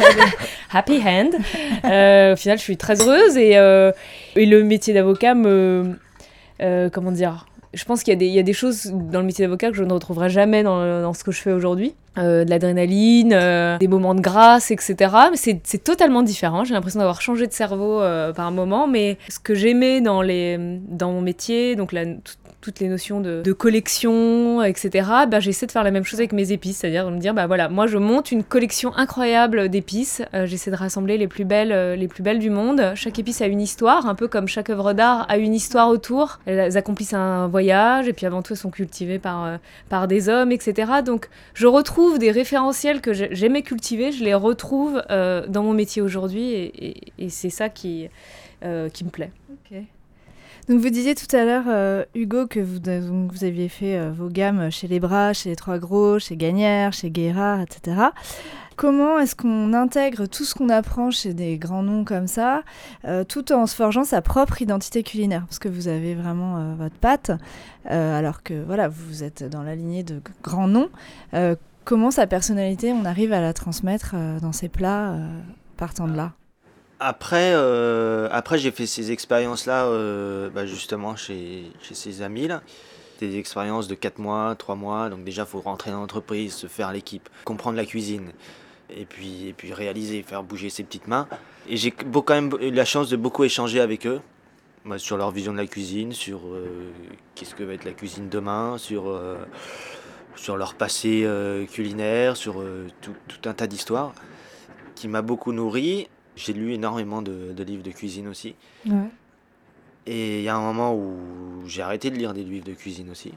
Happy hand. Euh, au final, je suis très heureuse, et, euh, et le métier d'avocat me... Euh, comment dire, je pense qu'il y a, des, il y a des choses dans le métier d'avocat que je ne retrouverai jamais dans, dans ce que je fais aujourd'hui. Euh, de l'adrénaline, euh, des moments de grâce, et cetera. Mais c'est, c'est totalement différent. J'ai l'impression d'avoir changé de cerveau euh, par un moment. Mais ce que j'aimais dans, les, dans mon métier, donc la, tout, toutes les notions de, de collection, et cetera, bah, j'essaie de faire la même chose avec mes épices. C'est-à-dire de me dire, bah, voilà, moi je monte une collection incroyable d'épices. Euh, j'essaie de rassembler les plus, belles, euh, les plus belles du monde. Chaque épice a une histoire, un peu comme chaque œuvre d'art a une histoire autour. Elles accomplissent un voyage, et puis avant tout, elles sont cultivées par, euh, par des hommes, et cetera. Donc je retrouve des référentiels que j'aimais cultiver, je les retrouve euh, dans mon métier aujourd'hui, et, et, et c'est ça qui, euh, qui me plaît. Ok. Donc vous disiez tout à l'heure, euh, Hugo, que vous, donc, vous aviez fait euh, vos gammes chez Les Bras, chez Les Trois Gros, chez Gagnère, chez Guérard, et cetera. Comment est-ce qu'on intègre tout ce qu'on apprend chez des grands noms comme ça, euh, tout en se forgeant sa propre identité culinaire ? Parce que vous avez vraiment euh, votre patte, euh, alors que voilà, vous êtes dans la lignée de grands noms. Euh, comment sa personnalité, on arrive à la transmettre euh, dans ses plats, euh, partant de là ? Après, euh, après j'ai fait ces expériences-là, euh, bah, justement, chez, chez ces amis, là. Des expériences de quatre mois, trois mois, donc déjà, il faut rentrer dans l'entreprise, se faire l'équipe, comprendre la cuisine, et puis, et puis réaliser, faire bouger ses petites mains. Et j'ai beau- quand même eu la chance de beaucoup échanger avec eux, bah, sur leur vision de la cuisine, sur euh, qu'est-ce que va être la cuisine demain, sur, euh, sur leur passé euh, culinaire, sur euh, tout, tout un tas d'histoires qui m'a beaucoup nourri. J'ai lu énormément de, de livres de cuisine aussi. Ouais. Et il y a un moment où j'ai arrêté de lire des livres de cuisine aussi,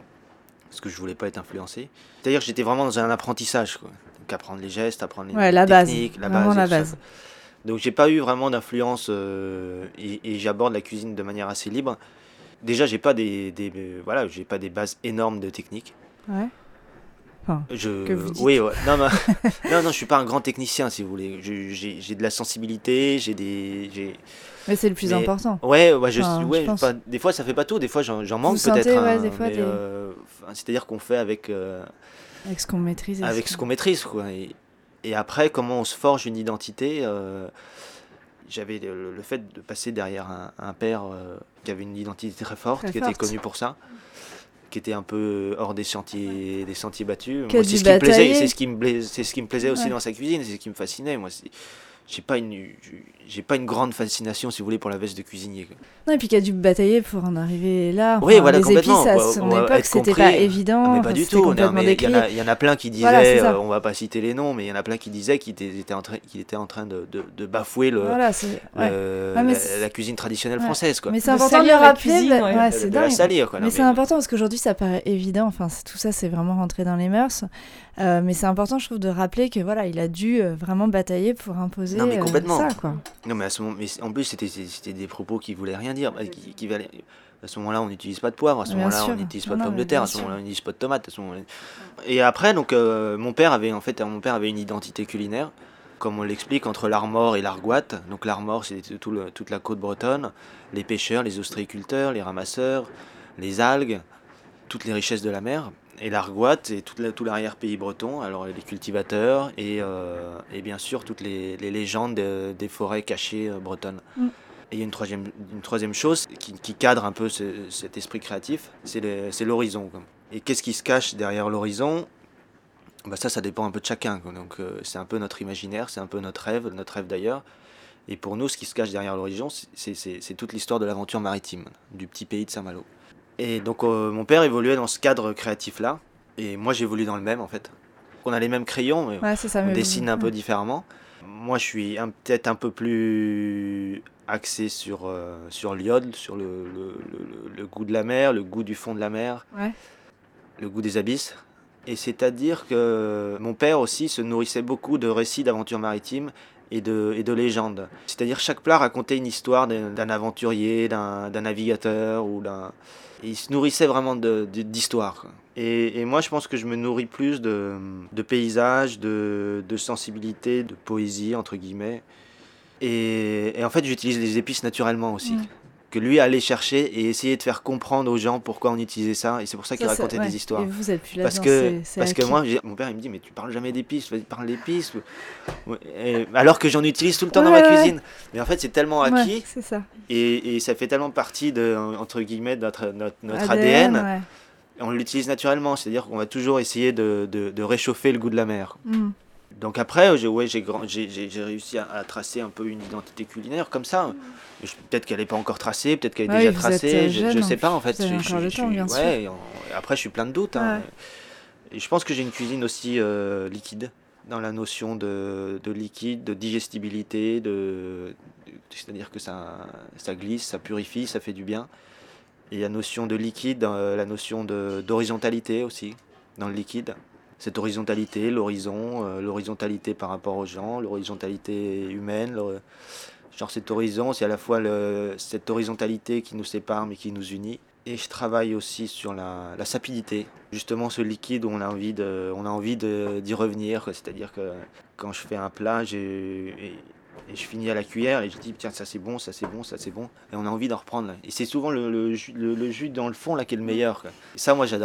parce que je voulais pas être influencé. C'est-à-dire que j'étais vraiment dans un apprentissage, quoi. Donc apprendre les gestes, apprendre les Ouais, la base. techniques, la Vraiment base. et la tout ça, base. quoi. Donc j'ai pas eu vraiment d'influence euh, et, et j'aborde la cuisine de manière assez libre. Déjà, j'ai pas des, des euh, voilà, j'ai pas des bases énormes de technique. Ouais. Enfin, Je, que vous dites. oui, ouais. Non, mais- non, non, je suis pas un grand technicien, si vous voulez. Je- J'ai j'ai de la sensibilité, j'ai des, j'ai, Mais c'est le plus mais- important. Ouais, ouais, je, Enfin, ouais, je pense. enfin, des fois ça fait pas tout, des fois j'en, j'en manque Vous sentez, peut-être. ouais, hein, des fois, mais, des- euh, enfin, c'est-à-dire qu'on fait avec, euh, Avec ce qu'on maîtrise. et avec ce qu'on maîtrise, quoi. Et, et après, comment on se forge une identité euh, J'avais le, le fait de passer derrière un, un père euh, qui avait une identité très forte, Très qui forte. était connu pour ça, qui était un peu hors des sentiers, des sentiers battus. Qui a Moi, c'est dû ce qui me plaisait, batailler. c'est ce qui me plaisait, c'est ce qui me plaisait aussi Ouais. dans sa cuisine, c'est ce qui me fascinait. Moi, c'est- j'ai pas une, j'ai pas une grande fascination, si vous voulez, pour la veste de cuisinier, quoi. Non, et puis qui a dû batailler pour en arriver là. Oui, Enfin, voilà, les complètement. épices à Pour- son pour époque, être c'était compris. pas évident. Ah, mais Enfin, pas du c'était tout. Non, complètement mais il y, décrit. en a- il y en a plein qui disaient, Voilà, c'est ça. euh, on va pas citer les noms, mais il y en a plein qui disaient qu'il était, était en train, qu'il était en train de, de, de bafouer le, Voilà, c'est. Ouais. le- Ouais, mais la, c'est- la cuisine traditionnelle Ouais. française, quoi. Mais c'est De important de le salir la rappeler. cuisine, bah- ouais. ouais, De- c'est de la dingue. salir, quoi. Non, Mais c'est important parce qu'aujourd'hui ça paraît évident, enfin c'est- tout ça c'est vraiment rentré dans les mœurs, Euh, mais c'est important je trouve de rappeler que voilà il a dû euh, vraiment batailler pour imposer Non, mais euh, complètement. ça quoi. Non, mais à ce moment, mais en plus, c'était, c'était des propos qui voulaient rien dire. bah, Qui, qui valaient- à ce moment-là, on n'utilise pas de poivre. À ce Bien moment-là, sûr. on n'utilise pas Non, de non, pommes de mais terre. bien À ce sûr. moment-là, on n'utilise pas de tomates. À ce moment-là. Et après, donc, euh, mon père avait en fait, mon père avait une identité culinaire, comme on l'explique, entre l'Armor et l'Argoate. Donc l'Armor, c'est tout le- toute la côte bretonne, les pêcheurs, les ostréiculteurs, les ramasseurs, les algues, toutes les richesses de la mer. Et l'Argoate, c'est tout, la- tout l'arrière-pays breton, alors les cultivateurs et, euh, et bien sûr toutes les, les légendes de- des forêts cachées euh, bretonnes. Mm. Et il y a une troisième, une troisième chose qui, qui cadre un peu ce- cet esprit créatif, c'est, le- c'est l'horizon, quoi. Et qu'est-ce qui se cache derrière l'horizon? Bah ça, ça dépend un peu de chacun, quoi. Donc euh, c'est un peu notre imaginaire, c'est un peu notre rêve, notre rêve d'ailleurs. Et pour nous, ce qui se cache derrière l'horizon, c'est, c'est- c'est- c'est toute l'histoire de l'aventure maritime, du petit pays de Saint-Malo. Et donc euh, mon père évoluait dans ce cadre créatif-là, et moi j'évolue dans le même en fait. On a les mêmes crayons, mais Ouais c'est ça. on mais- dessine un peu ouais. différemment. Moi je suis un- peut-être un peu plus axé sur, euh, sur l'iode, sur le, le- le- le goût de la mer, le goût du fond de la mer, Ouais. le goût des abysses. Et c'est-à-dire que mon père aussi se nourrissait beaucoup de récits d'aventures maritimes et de, et de légendes. C'est-à-dire chaque plat racontait une histoire d'un, d'un aventurier, d'un, d'un navigateur ou d'un... et il se nourrissait vraiment de, de- d'histoire, quoi. Et, et moi je pense que je me nourris plus de, de paysages, de, de sensibilité, de poésie entre guillemets. Et, et en fait j'utilise les épices naturellement aussi. Mm. Que lui allait chercher et essayer de faire comprendre aux gens pourquoi on utilisait ça. Et c'est pour ça qu'il Ça, ça- racontait ouais. des histoires. Et vous êtes plus Parce là-dedans. que, c'est- c'est parce que acquis. moi, j'ai- mon père il me dit mais tu parles jamais d'épices, vas-y parle d'épices. Ouais, et- alors que j'en utilise tout le temps Ouais, dans ma ouais, cuisine. Mais en fait c'est tellement Ouais, acquis c'est ça. et, et ça fait tellement partie de entre guillemets de notre, notre, notre A D N. ouais. Et on l'utilise naturellement, c'est-à-dire qu'on va toujours essayer de, de, de réchauffer le goût de la mer. Mm. Donc après, j'ai, ouais, j'ai, grand- j'ai, j'ai, j'ai réussi à, à tracer un peu une identité culinaire comme ça. Je- peut-être qu'elle n'est pas encore tracée, peut-être qu'elle est Ah déjà oui, vous êtes, tracée, euh, je, jeune, je en sais pas en plus. fait. Vous avez Je- encore je- le je- temps, bien ouais, et en- et après, je suis plein de doutes, hein. Et je pense que j'ai une cuisine aussi euh, liquide, dans la notion de, de liquide, de digestibilité, de, de- c'est-à-dire que ça, ça glisse, ça purifie, ça fait du bien. Et la notion de liquide, euh, la notion de, d'horizontalité aussi, dans le liquide. Cette horizontalité, l'horizon, euh, l'horizontalité par rapport aux gens, l'horizontalité humaine. le- genre cet horizon, c'est à la fois le, cette horizontalité qui nous sépare mais qui nous unit. Et je travaille aussi sur la, la sapidité, justement ce liquide où on a envie, de, on a envie de, d'y revenir, quoi. C'est-à-dire que quand je fais un plat, j'ai, et, et je finis à la cuillère et je dis tiens ça c'est bon, ça c'est bon, ça c'est bon, et on a envie d'en reprendre là. Et c'est souvent le, le, jus, le, le jus dans le fond là qui est le meilleur, quoi. Et ça moi j'adore.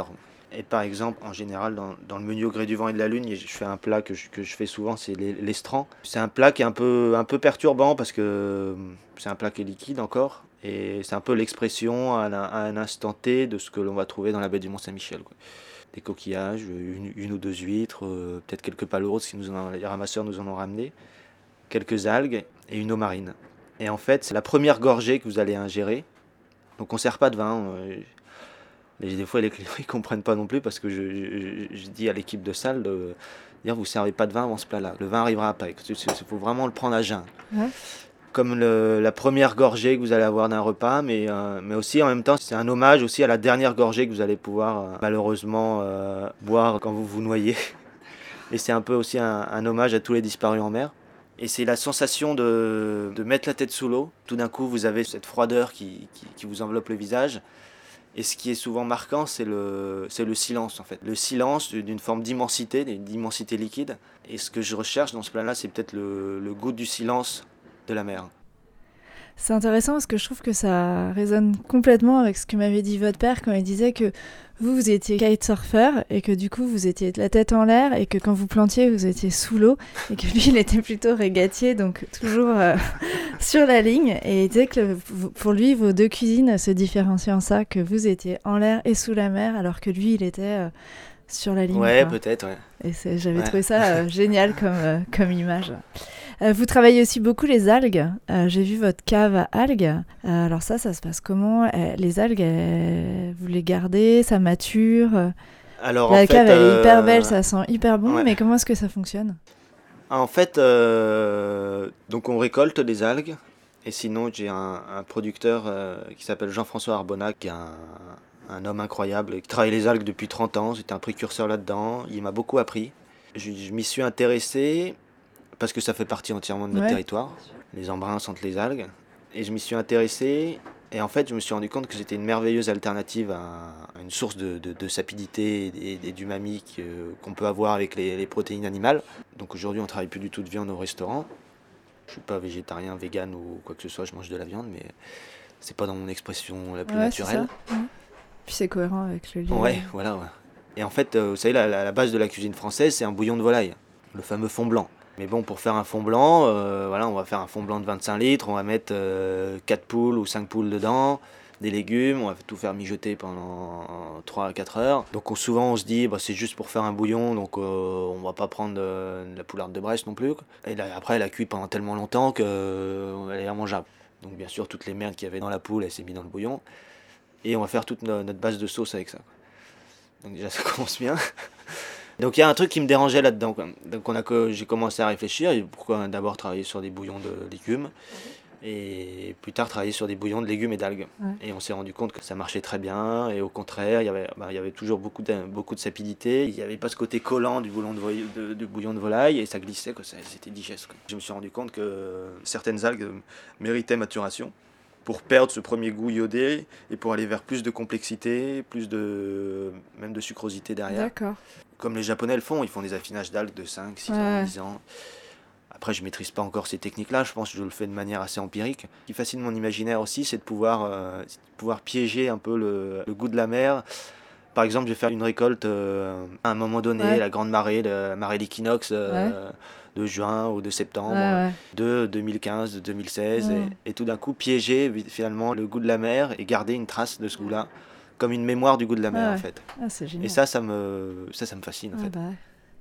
Et par exemple, en général, dans, dans le menu au gré du vent et de la lune, je fais un plat que je, que je fais souvent, c'est les- l'estran. C'est un plat qui est un peu, un peu perturbant parce que c'est un plat qui est liquide encore. Et c'est un peu l'expression à, un- à un instant T de ce que l'on va trouver dans la baie du Mont-Saint-Michel, quoi. Des coquillages, une, une ou deux huîtres, euh, peut-être quelques palourdes si nous en ont- les ramasseurs nous en ont ramené, quelques algues et une eau marine. Et en fait, c'est la première gorgée que vous allez ingérer. Donc on ne sert pas de vin. euh, Mais des fois, les clients ne comprennent pas non plus parce que je, je- je dis à l'équipe de salle de dire vous ne servez pas de vin avant ce plat-là. Le vin arrivera après. Il faut vraiment le prendre à jeun. Ouais. Comme le- la première gorgée que vous allez avoir d'un repas, mais, euh, mais aussi en même temps, c'est un hommage aussi à la dernière gorgée que vous allez pouvoir euh, malheureusement euh, boire quand vous vous noyez. Et c'est un peu aussi un, un hommage à tous les disparus en mer. Et c'est la sensation de, de mettre la tête sous l'eau. Tout d'un coup, vous avez cette froideur qui, qui, qui vous enveloppe le visage. Et ce qui est souvent marquant, c'est le, c'est le silence en fait. Le silence d'une forme d'immensité, d'immensité liquide. Et ce que je recherche dans ce plat-là, c'est peut-être le, le goût du silence de la mer. C'est intéressant parce que je trouve que ça résonne complètement avec ce que m'avait dit votre père quand il disait que vous, vous étiez kitesurfer et que du coup, vous étiez la tête en l'air et que quand vous plantiez, vous étiez sous l'eau et que lui, il était plutôt régatier, donc toujours euh, sur la ligne. Et il disait que le- pour lui, vos deux cuisines se différenciaient en ça, que vous étiez en l'air et sous la mer alors que lui, il était euh, sur la ligne. Ouais, quoi. peut-être, ouais. Et c'est- j'avais Ouais. trouvé ça euh, génial comme, euh, comme image. Euh, vous travaillez aussi beaucoup les algues. Euh, j'ai vu votre cave à algues. Euh, alors ça, ça se passe comment? Euh, Les algues, elles- vous les gardez, ça mature. euh, Alors, La en fait, cave, elle est hyper euh, belle, ça sent hyper bon, ouais. mais comment est-ce que ça fonctionne? En fait, euh, donc on récolte des algues. Et sinon, j'ai un, un producteur euh, qui s'appelle Jean-François Arbonat, qui est un, un homme incroyable, qui travaille les algues depuis trente ans. C'était un précurseur là-dedans. Il m'a beaucoup appris. Je, je m'y suis intéressé parce que ça fait partie entièrement de notre Ouais. territoire. Les embruns sentent les algues. Et je m'y suis intéressé. Et en fait, je me suis rendu compte que c'était une merveilleuse alternative à, à une source de, de, de sapidité et, et d'umami que- qu'on peut avoir avec les, les protéines animales. Donc aujourd'hui, on ne travaille plus du tout de viande au restaurant. Je ne suis pas végétarien, vegan ou quoi que ce soit, je mange de la viande, mais c'est pas dans mon expression la plus Ouais, c'est naturelle. ça. Ouais. Puis c'est cohérent avec le lieu. Ouais, voilà. Ouais. Et en fait, euh, vous savez, la, la- la base de la cuisine française, c'est un bouillon de volaille, le fameux fond blanc. Mais bon, pour faire un fond blanc, euh, voilà, on va faire un fond blanc de vingt-cinq litres, on va mettre euh, quatre poules ou cinq poules dedans, des légumes, on va tout faire mijoter pendant trois à quatre heures. Donc on- souvent on se dit, bah, c'est juste pour faire un bouillon, donc euh, on va pas prendre euh, de la poularde de Brest non plus. Quoi. Et là, après, elle a cuit pendant tellement longtemps qu'elle est immangeable. Donc bien sûr, toutes les merdes qu'il y avait dans la poule, elle s'est mise dans le bouillon. Et on va faire toute no- notre base de sauce avec ça. Quoi. Donc déjà, ça commence bien. Donc il y a un truc qui me dérangeait là-dedans. Quoi. Donc on a que j'ai commencé à réfléchir. Et pourquoi d'abord travailler sur des bouillons de légumes et plus tard travailler sur des bouillons de légumes et d'algues. Ouais. Et on s'est rendu compte que ça marchait très bien. Et au contraire, il y avait, bah, il y avait toujours beaucoup de, beaucoup de sapidité. Il n'y avait pas ce côté collant du bouillon de, vo- de, de bouillon de volaille et ça glissait, quoi. Ça- C'était digeste. Quoi. Je me suis rendu compte que certaines algues méritaient maturation pour perdre ce premier goût iodé et pour aller vers plus de complexité, plus de même de sucrosité derrière. D'accord. Comme les Japonais le font, ils font des affinages d'algues de cinq, six Ouais. ans, dix ans. Après, je maîtrise pas encore ces techniques-là, je pense que je le fais de manière assez empirique. Ce qui fascine mon imaginaire aussi, c'est de pouvoir, euh, c'est de pouvoir piéger un peu le, le goût de la mer. Par exemple, je vais faire une récolte euh, à un moment donné, Ouais. la grande marée, la marée d'équinoxe euh, de juin ou de septembre, Ouais, ouais. de deux mille quinze, de deux mille seize, Ouais. et, et tout d'un coup piéger finalement le goût de la mer et garder une trace de ce goût-là, comme une mémoire du goût de la mer Ouais. en fait. Ah, c'est génial. Et ça, ça me, ça, ça me fascine en Ah fait. bah.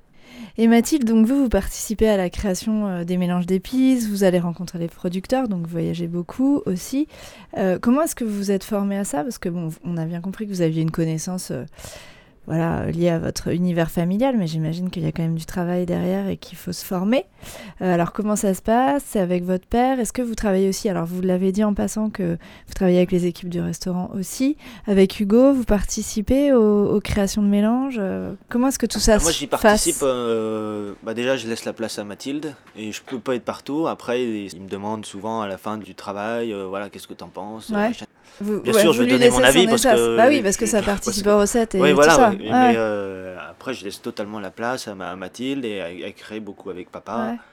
Et Mathilde, donc vous, vous participez à la création euh, des mélanges d'épices, vous allez rencontrer les producteurs, donc vous voyagez beaucoup aussi. Euh, comment est-ce que vous vous êtes formée à ça? Parce que bon, on a bien compris que vous aviez une connaissance euh, voilà, liée à votre univers familial, mais j'imagine qu'il y a quand même du travail derrière et qu'il faut se former. Euh, alors comment ça se passe? C'est avec votre père? Est-ce que vous travaillez aussi, alors vous l'avez dit en passant que vous travaillez avec les équipes du restaurant aussi, avec Hugo, vous participez aux, aux créations de mélanges? Euh, Comment est-ce que tout ça Ah, moi se j'y passe? participe, euh, bah déjà je laisse la place à Mathilde et je peux pas être partout. Après il me demande souvent à la fin du travail, euh, voilà qu'est-ce que t'en penses. Ouais. machin. Vous- Bien ouais, sûr, vous je vais lui donner mon laissez avis son parce espace. que- Bah oui, parce que ça parce participe que- aux recettes et Oui tout voilà, ça. ouais. Ouais. mais euh, après je laisse totalement la place à, ma, à Mathilde et elle, elle crée beaucoup avec papa. Ouais.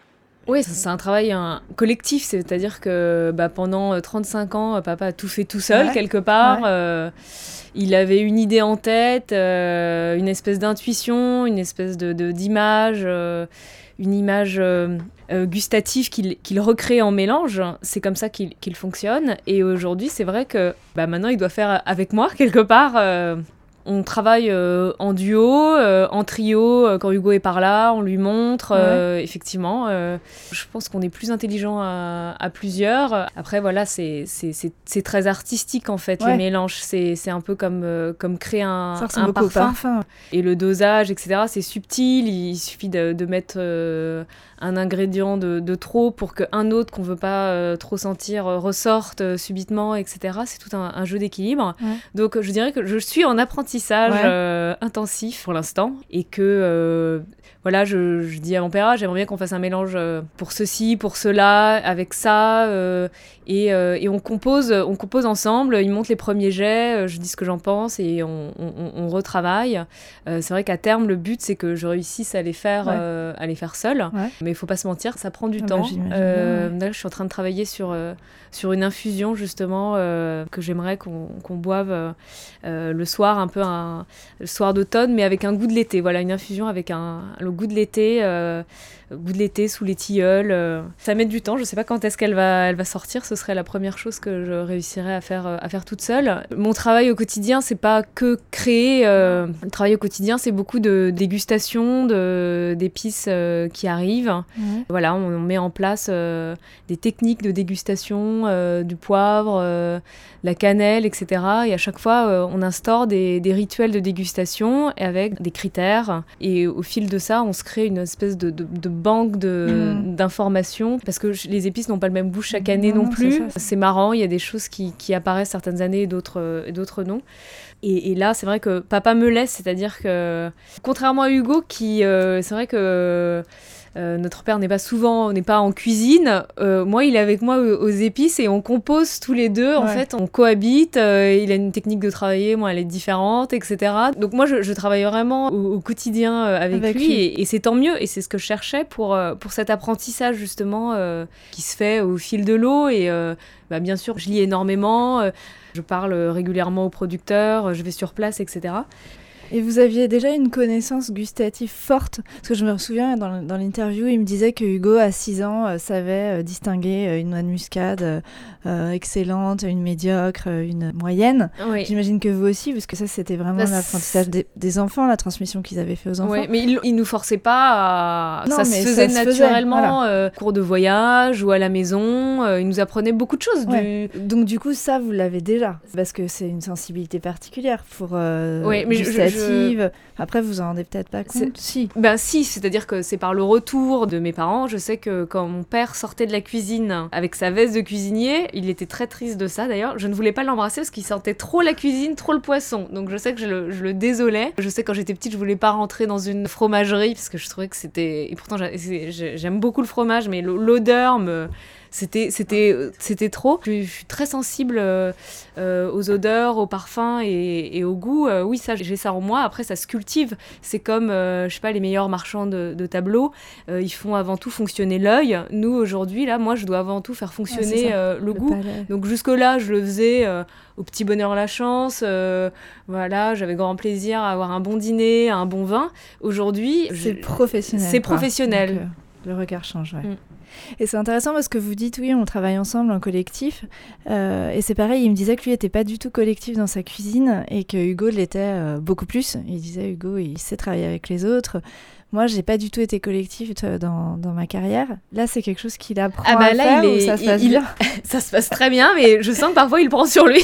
Oui, c'est un travail un, collectif, c'est-à-dire que bah, pendant trente-cinq ans, papa a tout fait tout seul, ouais. quelque part. Ouais. Euh, il avait une idée en tête, euh, une espèce d'intuition, une espèce de, de, d'image, euh, une image euh, euh, gustative qu'il, qu'il recrée en mélange. C'est comme ça qu'il, qu'il fonctionne. Et aujourd'hui, c'est vrai que bah, maintenant, il doit faire avec moi, quelque part. Euh, On travaille euh, en duo, euh, en trio, euh, quand Hugo est par là, on lui montre, euh, ouais. effectivement. Euh, je pense qu'on est plus intelligent à, à plusieurs. Après, voilà, c'est, c'est, c'est, c'est très artistique, en fait, ouais. les mélanges. C'est, c'est un peu comme, euh, comme créer un, un parfum. parfum. Et le dosage, et cetera, c'est subtil. Il suffit de, de mettre euh, un ingrédient de, de trop pour qu'un autre qu'on ne veut pas euh, trop sentir euh, ressorte euh, subitement, et cetera. C'est tout un, un jeu d'équilibre. Ouais. Donc, je dirais que je suis en apprentissage. Ouais. Euh, intensif pour l'instant et que euh, voilà je, je dis à mon père j'aimerais bien qu'on fasse un mélange euh, pour ceci pour cela avec ça euh, et, euh, et on compose on compose ensemble, il monte les premiers jets, euh, je dis ce que j'en pense et on, on, on retravaille. Euh, c'est vrai qu'à terme le but c'est que je réussisse à les faire ouais. euh, à les faire seule, ouais. mais il faut pas se mentir, ça prend du ah temps. Bah, euh, ouais. Là je suis en train de travailler sur euh, sur une infusion justement euh, que j'aimerais qu'on, qu'on boive euh, le soir un peu un, le soir d'automne, mais avec un goût de l'été. Voilà, une infusion avec un, le goût de l'été, euh, goût de l'été sous les tilleuls. Euh. Ça met du temps, je ne sais pas quand est-ce qu'elle va, elle va sortir. Ce serait la première chose que je réussirais à faire, à faire toute seule. Mon travail au quotidien, c'est pas que créer. Euh, le travail au quotidien, c'est beaucoup de dégustation, de, d'épices euh, qui arrivent. Mmh. Voilà, on, on met en place euh, des techniques de dégustation, euh, du poivre, euh, la cannelle, et cetera. Et à chaque fois, euh, on instaure des, des rituels de dégustation avec des critères. Et au fil de ça, on se crée une espèce de, de, de banque de, mmh. d'informations. Parce que les épices n'ont pas le même goût chaque année non, non plus. C'est, ça, c'est marrant, il y a des choses qui, qui apparaissent certaines années et d'autres, et d'autres non. Et, et là, c'est vrai que papa me laisse, c'est-à-dire que, contrairement à Hugo, qui, euh, c'est vrai que euh, notre père n'est pas souvent, n'est pas en cuisine, euh, moi, il est avec moi aux, aux épices et on compose tous les deux, en ouais. fait, on cohabite, euh, il a une technique de travailler, moi, elle est différente, et cetera. Donc moi, je, je travaille vraiment au, au quotidien avec, avec lui, lui. Et, et c'est tant mieux, et c'est ce que je cherchais pour, pour cet apprentissage, justement, euh, qui se fait au fil de l'eau, et euh, bah, bien sûr, je lis énormément, euh, je parle régulièrement aux producteurs, je vais sur place, et cetera. Et vous aviez déjà une connaissance gustative forte ? Parce que je me souviens, dans, dans l'interview, il me disait que Hugo, à six ans, euh, savait euh, distinguer euh, une noix de muscade euh, euh, excellente, une médiocre, euh, une moyenne. Oui. J'imagine que vous aussi, parce que ça, c'était vraiment bah, l'apprentissage des, des enfants, la transmission qu'ils avaient fait aux enfants. Oui, mais ils ne nous forçaient pas à... Non, ça se faisait ça naturellement, se faisait, voilà. euh, cours de voyage ou à la maison. Euh, ils nous apprenaient beaucoup de choses. Ouais. Du... Donc, du coup, ça, vous l'avez déjà. Parce que c'est une sensibilité particulière pour euh, oui, mais gustative. Je, je... Après, vous en rendez peut-être pas compte. C'est... Si. Ben si, c'est-à-dire que c'est par le retour de mes parents. Je sais que quand mon père sortait de la cuisine avec sa veste de cuisinier, il était très triste de ça d'ailleurs. Je ne voulais pas l'embrasser parce qu'il sentait trop la cuisine, trop le poisson. Donc je sais que je le, je le désolais. Je sais que quand j'étais petite, je voulais pas rentrer dans une fromagerie parce que je trouvais que c'était... Et pourtant, j'aime beaucoup le fromage, mais l'odeur me... C'était, c'était, c'était trop. Je, je suis très sensible euh, euh, aux odeurs, aux parfums et, et au goût. Euh, oui, ça, j'ai ça en moi. Après, ça se cultive. C'est comme, euh, je sais pas, les meilleurs marchands de, de tableaux. Euh, ils font avant tout fonctionner l'œil. Nous, aujourd'hui, là, moi, je dois avant tout faire fonctionner ah, euh, le, le goût. Palais. Donc, jusque-là, je le faisais euh, au petit bonheur la chance. Euh, voilà, j'avais grand plaisir à avoir un bon dîner, un bon vin. Aujourd'hui, c'est je... professionnel. C'est quoi. Professionnel. Donc, euh, le regard change, ouais. Mm. Et c'est intéressant parce que vous dites, oui, on travaille ensemble en collectif. Euh, et c'est pareil, il me disait que lui n'était pas du tout collectif dans sa cuisine et que Hugo l'était euh, beaucoup plus. Il disait, Hugo, il sait travailler avec les autres. Moi, j'ai pas du tout été collectif dans, dans ma carrière. Là, c'est quelque chose qu'il apprend ah bah à là, faire il est, ou ça se passe il, bien il, Ça se passe très bien, mais je sens que parfois, il prend sur lui.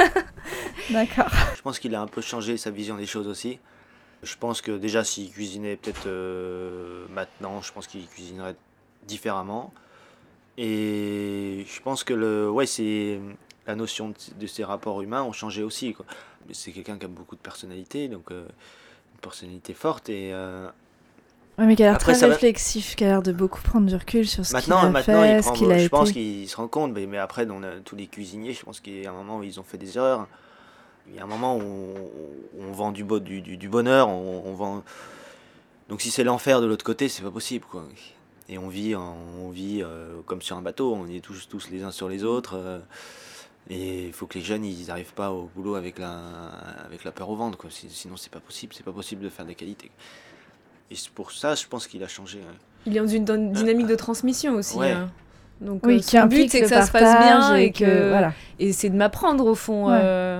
D'accord. Je pense qu'il a un peu changé sa vision des choses aussi. Je pense que déjà, s'il cuisinait peut-être euh, maintenant, je pense qu'il cuisinerait différemment. Et je pense que le ouais c'est la notion de, de ces rapports humains ont changé aussi, quoi. C'est quelqu'un qui a beaucoup de personnalité, donc euh, une personnalité forte et euh, ouais, mais qui a l'air très réflexif, va... qui a l'air de beaucoup prendre du recul sur ce maintenant, qu'il a maintenant, fait, il prend, ce qu'il a je été. pense qu'il se rend compte, mais, mais après on a tous les cuisiniers, je pense qu'il y a un moment où ils ont fait des erreurs. Il y a un moment où on, on vend du, beau, du, du, du bonheur, on, on vend. Donc si c'est l'enfer de l'autre côté, c'est pas possible, quoi. et on vit, en- on vit euh, comme sur un bateau, on est tous, tous les uns sur les autres. euh, et il faut que les jeunes ils n'arrivent pas au boulot avec la, avec la peur au ventre, quoi. Si- Sinon, c'est pas possible, c'est pas possible de faire des qualités. Et c'est pour ça, je pense qu'il a changé. Ouais. Il est dans une don- dynamique de transmission aussi. Ouais. hein. Donc Oui, euh, qui son but implique c'est que le ça se passe partage bien et et que, que voilà. et c'est de m'apprendre au fond Ouais. euh,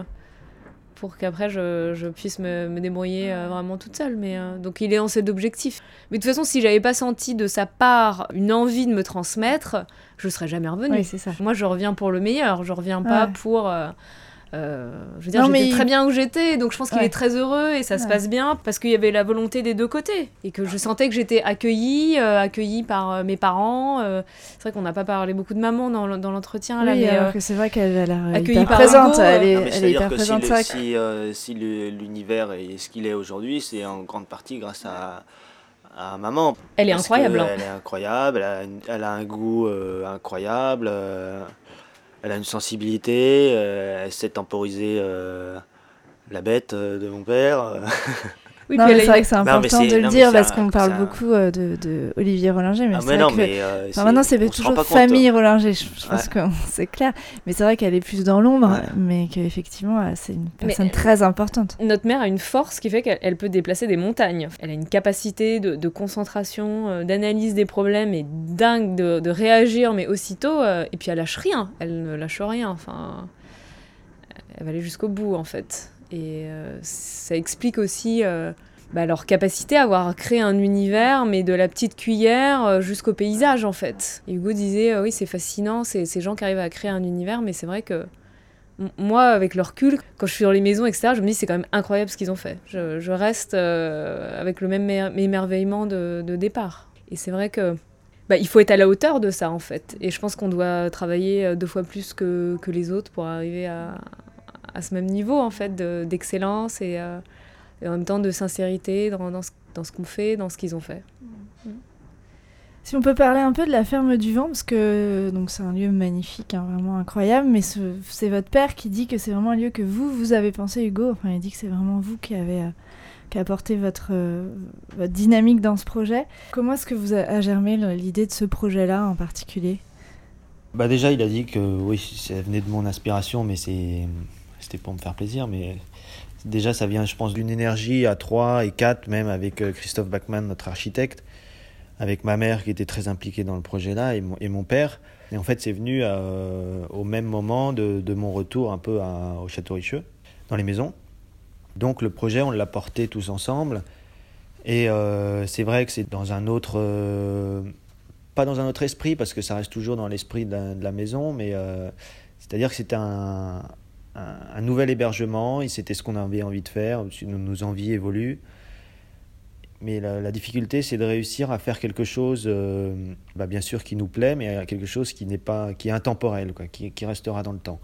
pour qu'après je, je puisse me, me débrouiller euh, vraiment toute seule. Mais euh, donc il est dans cet objectif. Mais de toute façon, si j'avais pas senti de sa part une envie de me transmettre, je serais jamais revenue. Oui, c'est ça. Moi, je reviens pour le meilleur. Je reviens pas Ouais. pour. euh, euh, je veux dire, Non, j'étais mais très il- bien où j'étais, donc je pense qu'il Ouais. est très heureux et ça se Ouais. passe bien parce qu'il y avait la volonté des deux côtés et que je sentais que j'étais accueillie, euh, accueillie par euh, mes parents. euh, c'est vrai qu'on n'a pas parlé beaucoup de maman dans, l- dans l'entretien là, Oui, mais alors euh, que c'est vrai qu'elle a l'air accueillie hyper par présente. Hugo, Elle est, Non, mais elle est c'est-à-dire hyper que si, présente. le- c'est vrai que- si, euh, si le- l'univers est ce qu'il est aujourd'hui, c'est en grande partie grâce à, à maman. elle est Parce incroyable. que hein. Elle est incroyable, elle a, une- elle a un goût euh, incroyable, euh, elle a une sensibilité, euh, elle sait temporiser euh, la bête euh, de mon père. euh. Oui, Non, puis mais elle c'est a vrai une- que c'est Non, mais important c'est- de le non, mais dire c'est parce un- qu'on parle c'est un- beaucoup euh, de, de Olivier Rollinger, mais Ah, c'est mais vrai non, que mais euh, enfin, c'est- maintenant c'est on se rend toujours pas compte. famille Rollinger, je, je pense Ouais. que c'est clair, mais c'est vrai qu'elle est plus dans l'ombre, Ouais. mais qu'effectivement euh, c'est une Mais- personne très importante. Notre mère a une force qui fait qu'elle elle peut déplacer des montagnes. Elle a une capacité de, de concentration, euh, d'analyse des problèmes et dingue de, de réagir, mais aussitôt. euh, et puis elle lâche rien. Elle ne lâche rien. Enfin, elle va aller jusqu'au bout en fait. Et euh, ça explique aussi euh, bah, leur capacité à avoir créé un univers, mais de la petite cuillère euh, jusqu'au paysage en fait. Et Hugo disait euh, oui c'est fascinant, c'est ces gens qui arrivent à créer un univers, mais c'est vrai que M- Moi, avec le recul, quand je suis dans les maisons, et cetera, je me dis c'est quand même incroyable ce qu'ils ont fait. Je, je reste euh, avec le même émer- émerveillement de, de départ. Et c'est vrai que bah, il faut être à la hauteur de ça, en fait. Et je pense qu'on doit travailler euh, deux fois plus que, que les autres pour arriver à, à ce même niveau, en fait, de- d'excellence et, euh, et en même temps de sincérité dans, dans ce, dans ce qu'on fait, dans ce qu'ils ont fait. Si on peut parler un peu de la ferme du vent, parce que donc c'est un lieu magnifique, hein, vraiment incroyable, mais ce- c'est votre père qui dit que c'est vraiment un lieu que vous, vous avez pensé, Hugo. Enfin, il dit que c'est vraiment vous qui avez euh, qui a apporté votre, euh, votre dynamique dans ce projet. Comment est-ce que vous a, a germé le- l'idée de ce projet-là en particulier ? Bah déjà, il a dit que oui, ça venait de mon inspiration, mais c'est, c'était pour me faire plaisir. Mais déjà, ça vient, je pense, d'une énergie à trois et quatre, même avec euh, Christophe Bachmann, notre architecte, avec ma mère qui était très impliquée dans le projet-là et mon, et mon père. Et en fait, c'est venu euh, au même moment de, de mon retour un peu à, au Château Richieux, dans les maisons. Donc le projet, on l'a porté tous ensemble. Et euh, c'est vrai que c'est dans un autre... Euh, pas dans un autre esprit, parce que ça reste toujours dans l'esprit de la, de la maison, mais euh, c'est-à-dire que c'était un, un, un nouvel hébergement, et c'était ce qu'on avait envie de faire, nos, nos envies évoluent. Mais la, la difficulté, c'est de réussir à faire quelque chose, euh, bah bien sûr, qui nous plaît, mais quelque chose qui n'est pas, qui est intemporel, quoi, qui, qui restera dans le temps.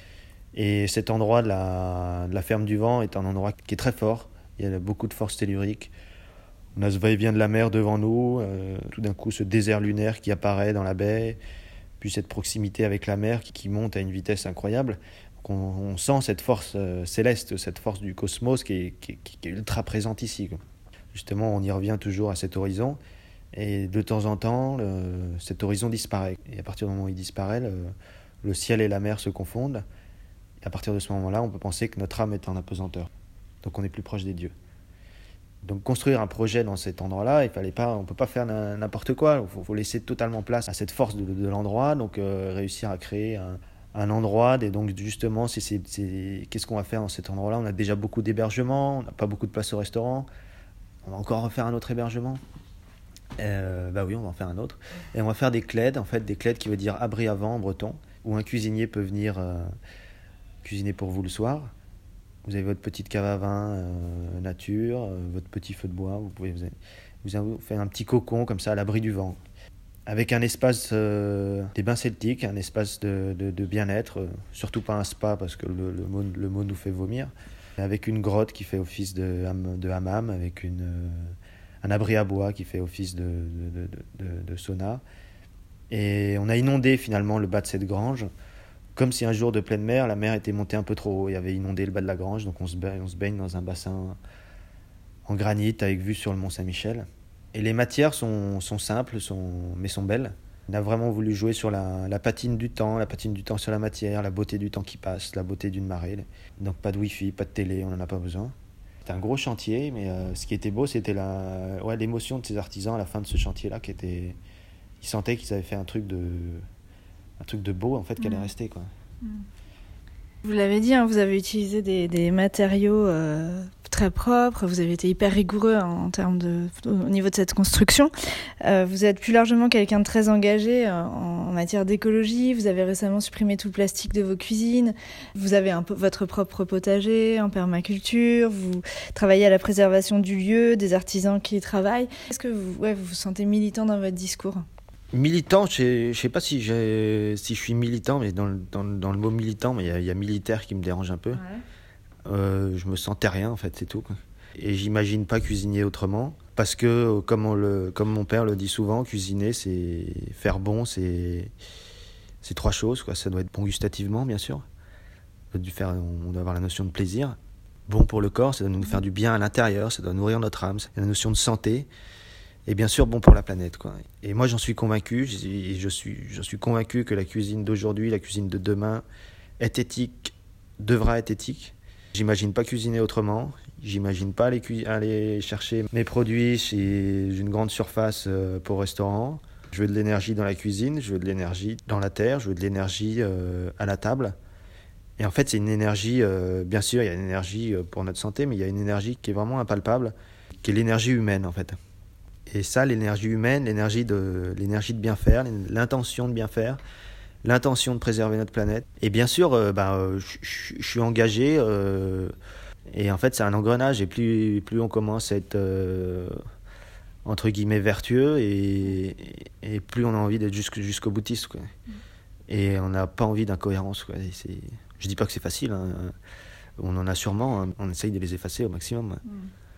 Et cet endroit de la, de la ferme du vent est un endroit qui est très fort. Il y a beaucoup de force tellurique. On a ce va-et-vient de la mer devant nous, euh, tout d'un coup ce désert lunaire qui apparaît dans la baie, puis cette proximité avec la mer qui, qui monte à une vitesse incroyable. Donc on, on sent cette force euh, céleste, cette force du cosmos qui est, qui, qui est ultra présente ici, quoi. Justement, on y revient toujours à cet horizon, et de temps en temps, le, cet horizon disparaît. Et à partir du moment où il disparaît, le, le ciel et la mer se confondent. Et à partir de ce moment-là, on peut penser que notre âme est en apesanteur. Donc on est plus proche des dieux. Donc construire un projet dans cet endroit-là, il fallait pas, on ne peut pas faire n'importe quoi. Il faut, faut laisser totalement place à cette force de, de l'endroit, donc euh, réussir à créer un, un endroit. Et donc justement, c'est, c'est, c'est, qu'est-ce qu'on va faire dans cet endroit-là ? On a déjà beaucoup d'hébergements, on n'a pas beaucoup de place au restaurant. On va encore refaire un autre hébergement ? euh, Bah oui, on va en faire un autre. Et on va faire des clèdes, en fait, des clèdes qui veut dire abri à vent en breton, où un cuisinier peut venir euh, cuisiner pour vous le soir. Vous avez votre petite cave à vin euh, nature, euh, votre petit feu de bois, vous pouvez vous, avez, vous avez fait un petit cocon comme ça à l'abri du vent. Avec un espace euh, des bains celtiques, un espace de, de, de bien-être, euh, surtout pas un spa parce que le, le, mot, le mot nous fait vomir. Avec une grotte qui fait office de, de hammam, avec une, euh, un abri à bois qui fait office de, de, de, de, de sauna. Et on a inondé finalement le bas de cette grange, comme si un jour de pleine mer, la mer était montée un peu trop haut et avait inondé le bas de la grange. Donc on se baigne, on se baigne dans un bassin en granit avec vue sur le Mont Saint-Michel. Et les matières sont, sont simples, sont, mais sont belles. On a vraiment voulu jouer sur la, la patine du temps, la patine du temps sur la matière, la beauté du temps qui passe, la beauté d'une marée. Donc pas de wifi, pas de télé, on n'en a pas besoin. C'était un gros chantier, mais euh, ce qui était beau, c'était la, ouais, l'émotion de ces artisans à la fin de ce chantier-là, qui était, ils sentaient qu'ils avaient fait un truc de, un truc de beau en fait, qui allait rester, quoi. Mmh. Vous l'avez dit, hein, vous avez utilisé des, des matériaux euh, très propres, vous avez été hyper rigoureux hein, en termes de, au niveau de cette construction. Euh, vous êtes plus largement quelqu'un de très engagé euh, en, en matière d'écologie, vous avez récemment supprimé tout le plastique de vos cuisines, vous avez un peu votre propre potager en permaculture, vous travaillez à la préservation du lieu, des artisans qui y travaillent. Est-ce que vous, ouais, vous vous sentez militant dans votre discours ? Militant, je ne sais pas si, j'ai, si je suis militant, mais dans le, dans, dans le mot militant, mais il y, y a militaire qui me dérange un peu. Ouais. Euh, je me sens terrien, en fait, c'est tout, quoi. Et j'imagine pas cuisiner autrement, parce que, comme, on le, comme mon père le dit souvent, cuisiner, c'est faire bon, c'est, c'est trois choses, quoi. Ça doit être bon gustativement, bien sûr. Ça doit faire, on doit avoir la notion de plaisir. Bon pour le corps, ça doit nous faire du bien à l'intérieur, ça doit nourrir notre âme. Il y a la notion de santé. Et bien sûr, bon pour la planète, quoi. Et moi, j'en suis convaincu, je, je suis, je suis convaincu que la cuisine d'aujourd'hui, la cuisine de demain, est éthique, devra être éthique. J'imagine pas cuisiner autrement. J'imagine pas aller, cu- aller chercher mes produits chez une grande surface euh, pour restaurant. Je veux de l'énergie dans la cuisine, je veux de l'énergie dans la terre, je veux de l'énergie euh, à la table. Et en fait, c'est une énergie, euh, bien sûr, il y a une énergie pour notre santé, mais il y a une énergie qui est vraiment impalpable, qui est l'énergie humaine, en fait. Et ça, l'énergie humaine, l'énergie de, l'énergie de bien faire, l'intention de bien faire, l'intention de préserver notre planète. Et bien sûr, euh, bah, euh, je suis engagé. Euh, et en fait, c'est un engrenage. Et plus, plus on commence à être, euh, entre guillemets, vertueux, et, et plus on a envie d'être jusqu', jusqu'au boutiste, quoi. Mmh. Et on n'a pas envie d'incohérence, quoi. C'est, je dis pas que c'est facile. Hein. On en a sûrement. Hein. On essaye de les effacer au maximum. Mmh.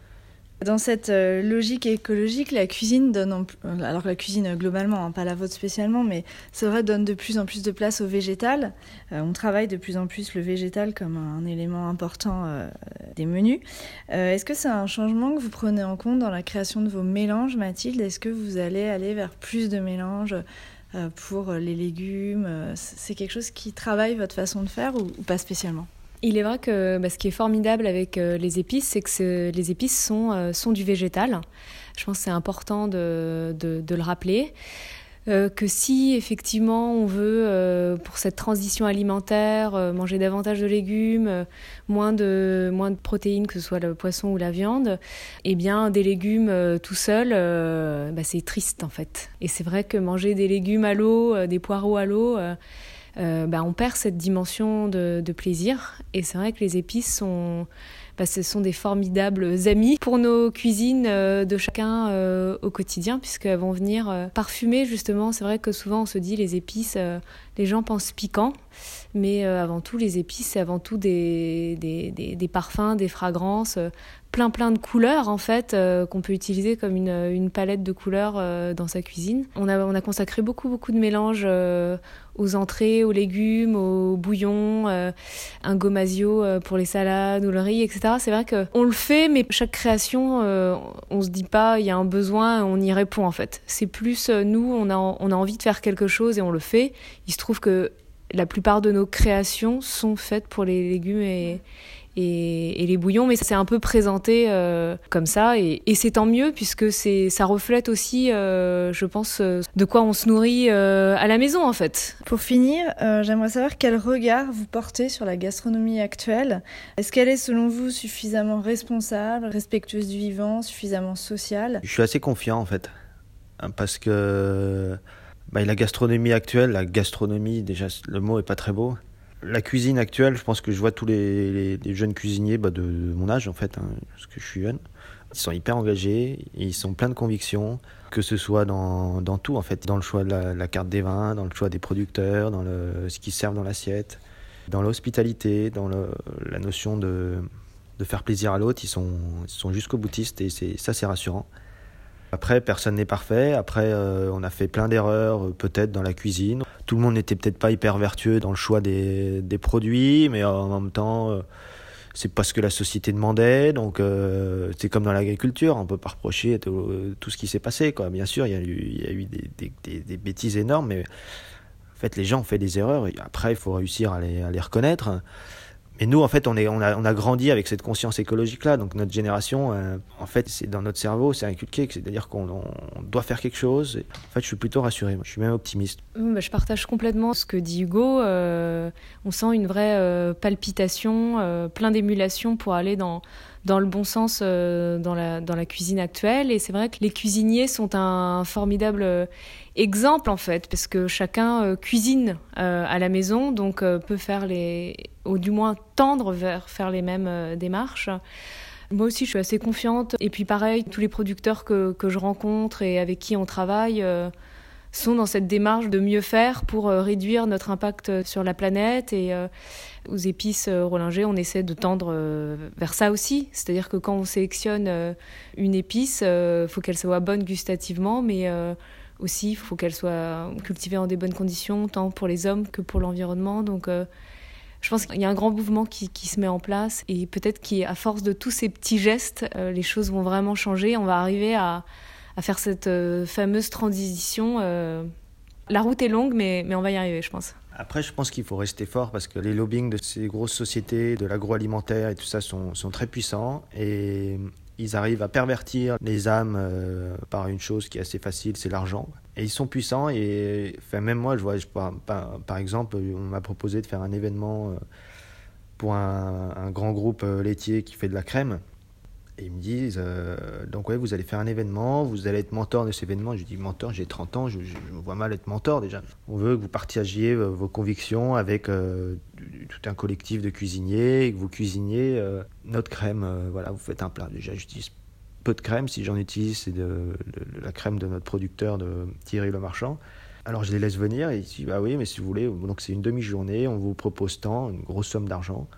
Dans cette euh, logique écologique, la cuisine donne, en, alors la cuisine globalement, hein, pas la vôtre spécialement, mais c'est vrai, donne de plus en plus de place au végétal. Euh, on travaille de plus en plus le végétal comme un élément important euh, des menus. Euh, est-ce que c'est un changement que vous prenez en compte dans la création de vos mélanges, Mathilde ? Est-ce que vous allez aller vers plus de mélanges euh, pour les légumes ? C'est quelque chose qui travaille votre façon de faire ou, ou pas spécialement ? Il est vrai que bah, ce qui est formidable avec euh, les épices, c'est que c'est, les épices sont, euh, sont du végétal. Je pense que c'est important de, de, de le rappeler. Euh, que si effectivement on veut, euh, pour cette transition alimentaire, euh, manger davantage de légumes, euh, moins de, moins de protéines, que ce soit le poisson ou la viande, eh bien des légumes euh, tout seuls, euh, bah, c'est triste en fait. Et c'est vrai que manger des légumes à l'eau, euh, des poireaux à l'eau, euh, Euh, bah, on perd cette dimension de, de plaisir. Et c'est vrai que les épices sont, bah, ce sont des formidables amis pour nos cuisines euh, de chacun euh, au quotidien, puisqu'elles vont venir euh, parfumer justement. C'est vrai que souvent on se dit les épices, euh, les gens pensent piquant, mais euh, avant tout les épices, c'est avant tout des, des, des, des parfums, des fragrances, euh, plein plein de couleurs en fait, euh, qu'on peut utiliser comme une, une palette de couleurs euh, dans sa cuisine. On a, on a consacré beaucoup beaucoup de mélanges euh, aux entrées, aux légumes, aux bouillons, euh, un gomasio euh, pour les salades ou le riz, et cetera. C'est vrai qu'on le fait, mais chaque création, euh, on se dit pas, il y a un besoin, on y répond en fait. C'est plus, euh, nous, on a, on a envie de faire quelque chose et on le fait. Il se trouve que la plupart de nos créations sont faites pour les légumes et... Et, et les bouillons, mais c'est un peu présenté euh, comme ça, et, et c'est tant mieux puisque c'est, ça reflète aussi, euh, je pense, euh, de quoi on se nourrit euh, à la maison en fait. Pour finir, euh, j'aimerais savoir quel regard vous portez sur la gastronomie actuelle. Est-ce qu'elle est selon vous suffisamment responsable, respectueuse du vivant, suffisamment sociale ? Je suis assez confiant en fait, parce que bah, la gastronomie actuelle, la gastronomie, déjà le mot est pas très beau. La cuisine actuelle, je pense que je vois tous les, les, les jeunes cuisiniers bah de, de mon âge en fait, hein, parce que je suis jeune. Ils sont hyper engagés, ils sont pleins de convictions, que ce soit dans, dans tout en fait, dans le choix de la, la carte des vins, dans le choix des producteurs, dans le, ce qu'ils servent dans l'assiette, dans l'hospitalité, dans le, la notion de, de faire plaisir à l'autre. Ils sont, ils sont jusqu'au boutiste et c'est, ça c'est rassurant. Après, personne n'est parfait. Après, euh, on a fait plein d'erreurs, euh, peut-être dans la cuisine. Tout le monde n'était peut-être pas hyper vertueux dans le choix des, des produits, mais euh, en même temps, euh, c'est parce que la société demandait, donc euh, c'est comme dans l'agriculture, on peut pas reprocher tout, tout ce qui s'est passé, quoi. Bien sûr, il y a eu, il y a eu des, des, des, des bêtises énormes, mais en fait, les gens ont fait des erreurs, et après, il faut réussir à les, à les reconnaître. Mais nous, en fait, on, est, on, a, on a grandi avec cette conscience écologique-là. Donc notre génération, euh, en fait, c'est dans notre cerveau, c'est inculqué. C'est-à-dire qu'on on, on doit faire quelque chose. Et, en fait, je suis plutôt rassuré. Moi, je suis même optimiste. Bah, je partage complètement ce que dit Hugo. Euh, on sent une vraie euh, palpitation, euh, plein d'émulation pour aller dans, dans le bon sens euh, dans, la, dans la cuisine actuelle. Et c'est vrai que les cuisiniers sont un formidable euh, exemple, en fait, parce que chacun euh, cuisine euh, à la maison, donc euh, peut faire les... ou du moins tendre vers faire les mêmes euh, démarches. Moi aussi, je suis assez confiante. Et puis pareil, tous les producteurs que, que je rencontre et avec qui on travaille euh, sont dans cette démarche de mieux faire pour euh, réduire notre impact sur la planète. Et euh, aux épices euh, Rollinger, on essaie de tendre euh, vers ça aussi. C'est-à-dire que quand on sélectionne euh, une épice, il euh, faut qu'elle soit bonne gustativement, mais euh, aussi, il faut qu'elle soit cultivée en des bonnes conditions, tant pour les hommes que pour l'environnement. Donc, euh, je pense qu'il y a un grand mouvement qui, qui se met en place et peut-être qu'à force de tous ces petits gestes, euh, les choses vont vraiment changer. On va arriver à, à faire cette euh, fameuse transition. Euh... La route est longue, mais, mais on va y arriver, je pense. Après, je pense qu'il faut rester fort parce que les lobbying de ces grosses sociétés, de l'agroalimentaire et tout ça sont, sont très puissants et ils arrivent à pervertir les âmes euh, par une chose qui est assez facile, c'est l'argent. Et ils sont puissants et enfin, même moi, je vois, je, par, par, par exemple, on m'a proposé de faire un événement euh, pour un, un grand groupe euh, laitier qui fait de la crème. Et ils me disent, euh, donc ouais, vous allez faire un événement, vous allez être mentor de cet événement. Je dis, mentor, j'ai trente ans, je, je, je me vois mal être mentor déjà. On veut que vous partagiez euh, vos convictions avec euh, tout un collectif de cuisiniers, et que vous cuisiniez euh, notre crème. Euh, voilà, vous faites un plat. Déjà, j'utilise peu de crème, si j'en utilise, c'est de, de, de la crème de notre producteur, de Thierry Lemarchand. Alors je les laisse venir et ils disent, bah oui, mais si vous voulez, donc c'est une demi-journée, on vous propose tant, une grosse somme d'argent.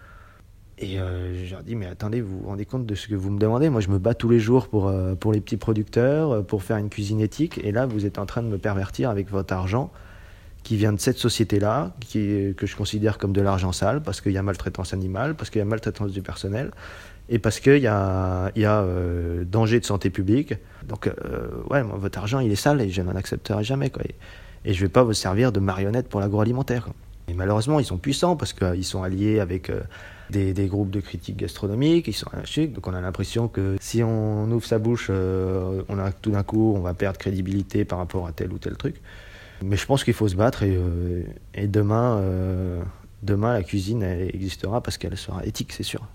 Et euh, je leur dis, mais attendez, vous vous rendez compte de ce que vous me demandez ? Moi, je me bats tous les jours pour, euh, pour les petits producteurs, pour faire une cuisine éthique. Et là, vous êtes en train de me pervertir avec votre argent qui vient de cette société-là, qui, que je considère comme de l'argent sale, parce qu'il y a maltraitance animale, parce qu'il y a maltraitance du personnel, et parce qu'il y a, il y a euh, danger de santé publique. Donc, euh, ouais, moi, votre argent, il est sale et je n'en accepterai jamais, quoi. Et, et je ne vais pas vous servir de marionnette pour l'agroalimentaire, quoi. Et malheureusement, ils sont puissants parce qu'ils sont alliés avec euh, des, des groupes de critiques gastronomiques. Ils sont chics, donc on a l'impression que si on ouvre sa bouche, euh, on a, tout d'un coup, on va perdre crédibilité par rapport à tel ou tel truc. Mais je pense qu'il faut se battre et, euh, et demain, euh, demain, la cuisine elle existera parce qu'elle sera éthique, c'est sûr.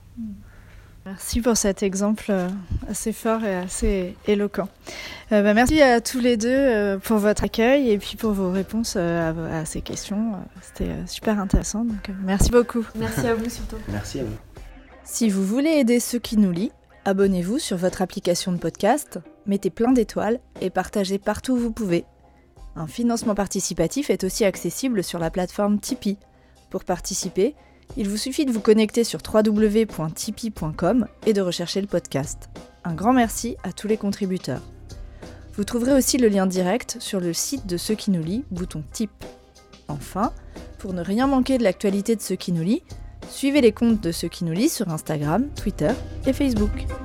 Merci pour cet exemple assez fort et assez éloquent. Euh, bah, merci à tous les deux euh, pour votre accueil et puis pour vos réponses euh, à, à ces questions. C'était euh, super intéressant, donc euh, merci beaucoup. Merci à vous surtout. Merci à vous. Si vous voulez aider ceux qui nous lisent, abonnez-vous sur votre application de podcast, mettez plein d'étoiles et partagez partout où vous pouvez. Un financement participatif est aussi accessible sur la plateforme Tipeee. Pour participer, il vous suffit de vous connecter sur w w w point tipeee point com et de rechercher le podcast. Un grand merci à tous les contributeurs. Vous trouverez aussi le lien direct sur le site de Ceux qui nous lisent, bouton Tip. Enfin, pour ne rien manquer de l'actualité de Ceux qui nous lisent, suivez les comptes de Ceux qui nous lisent sur Instagram, Twitter et Facebook.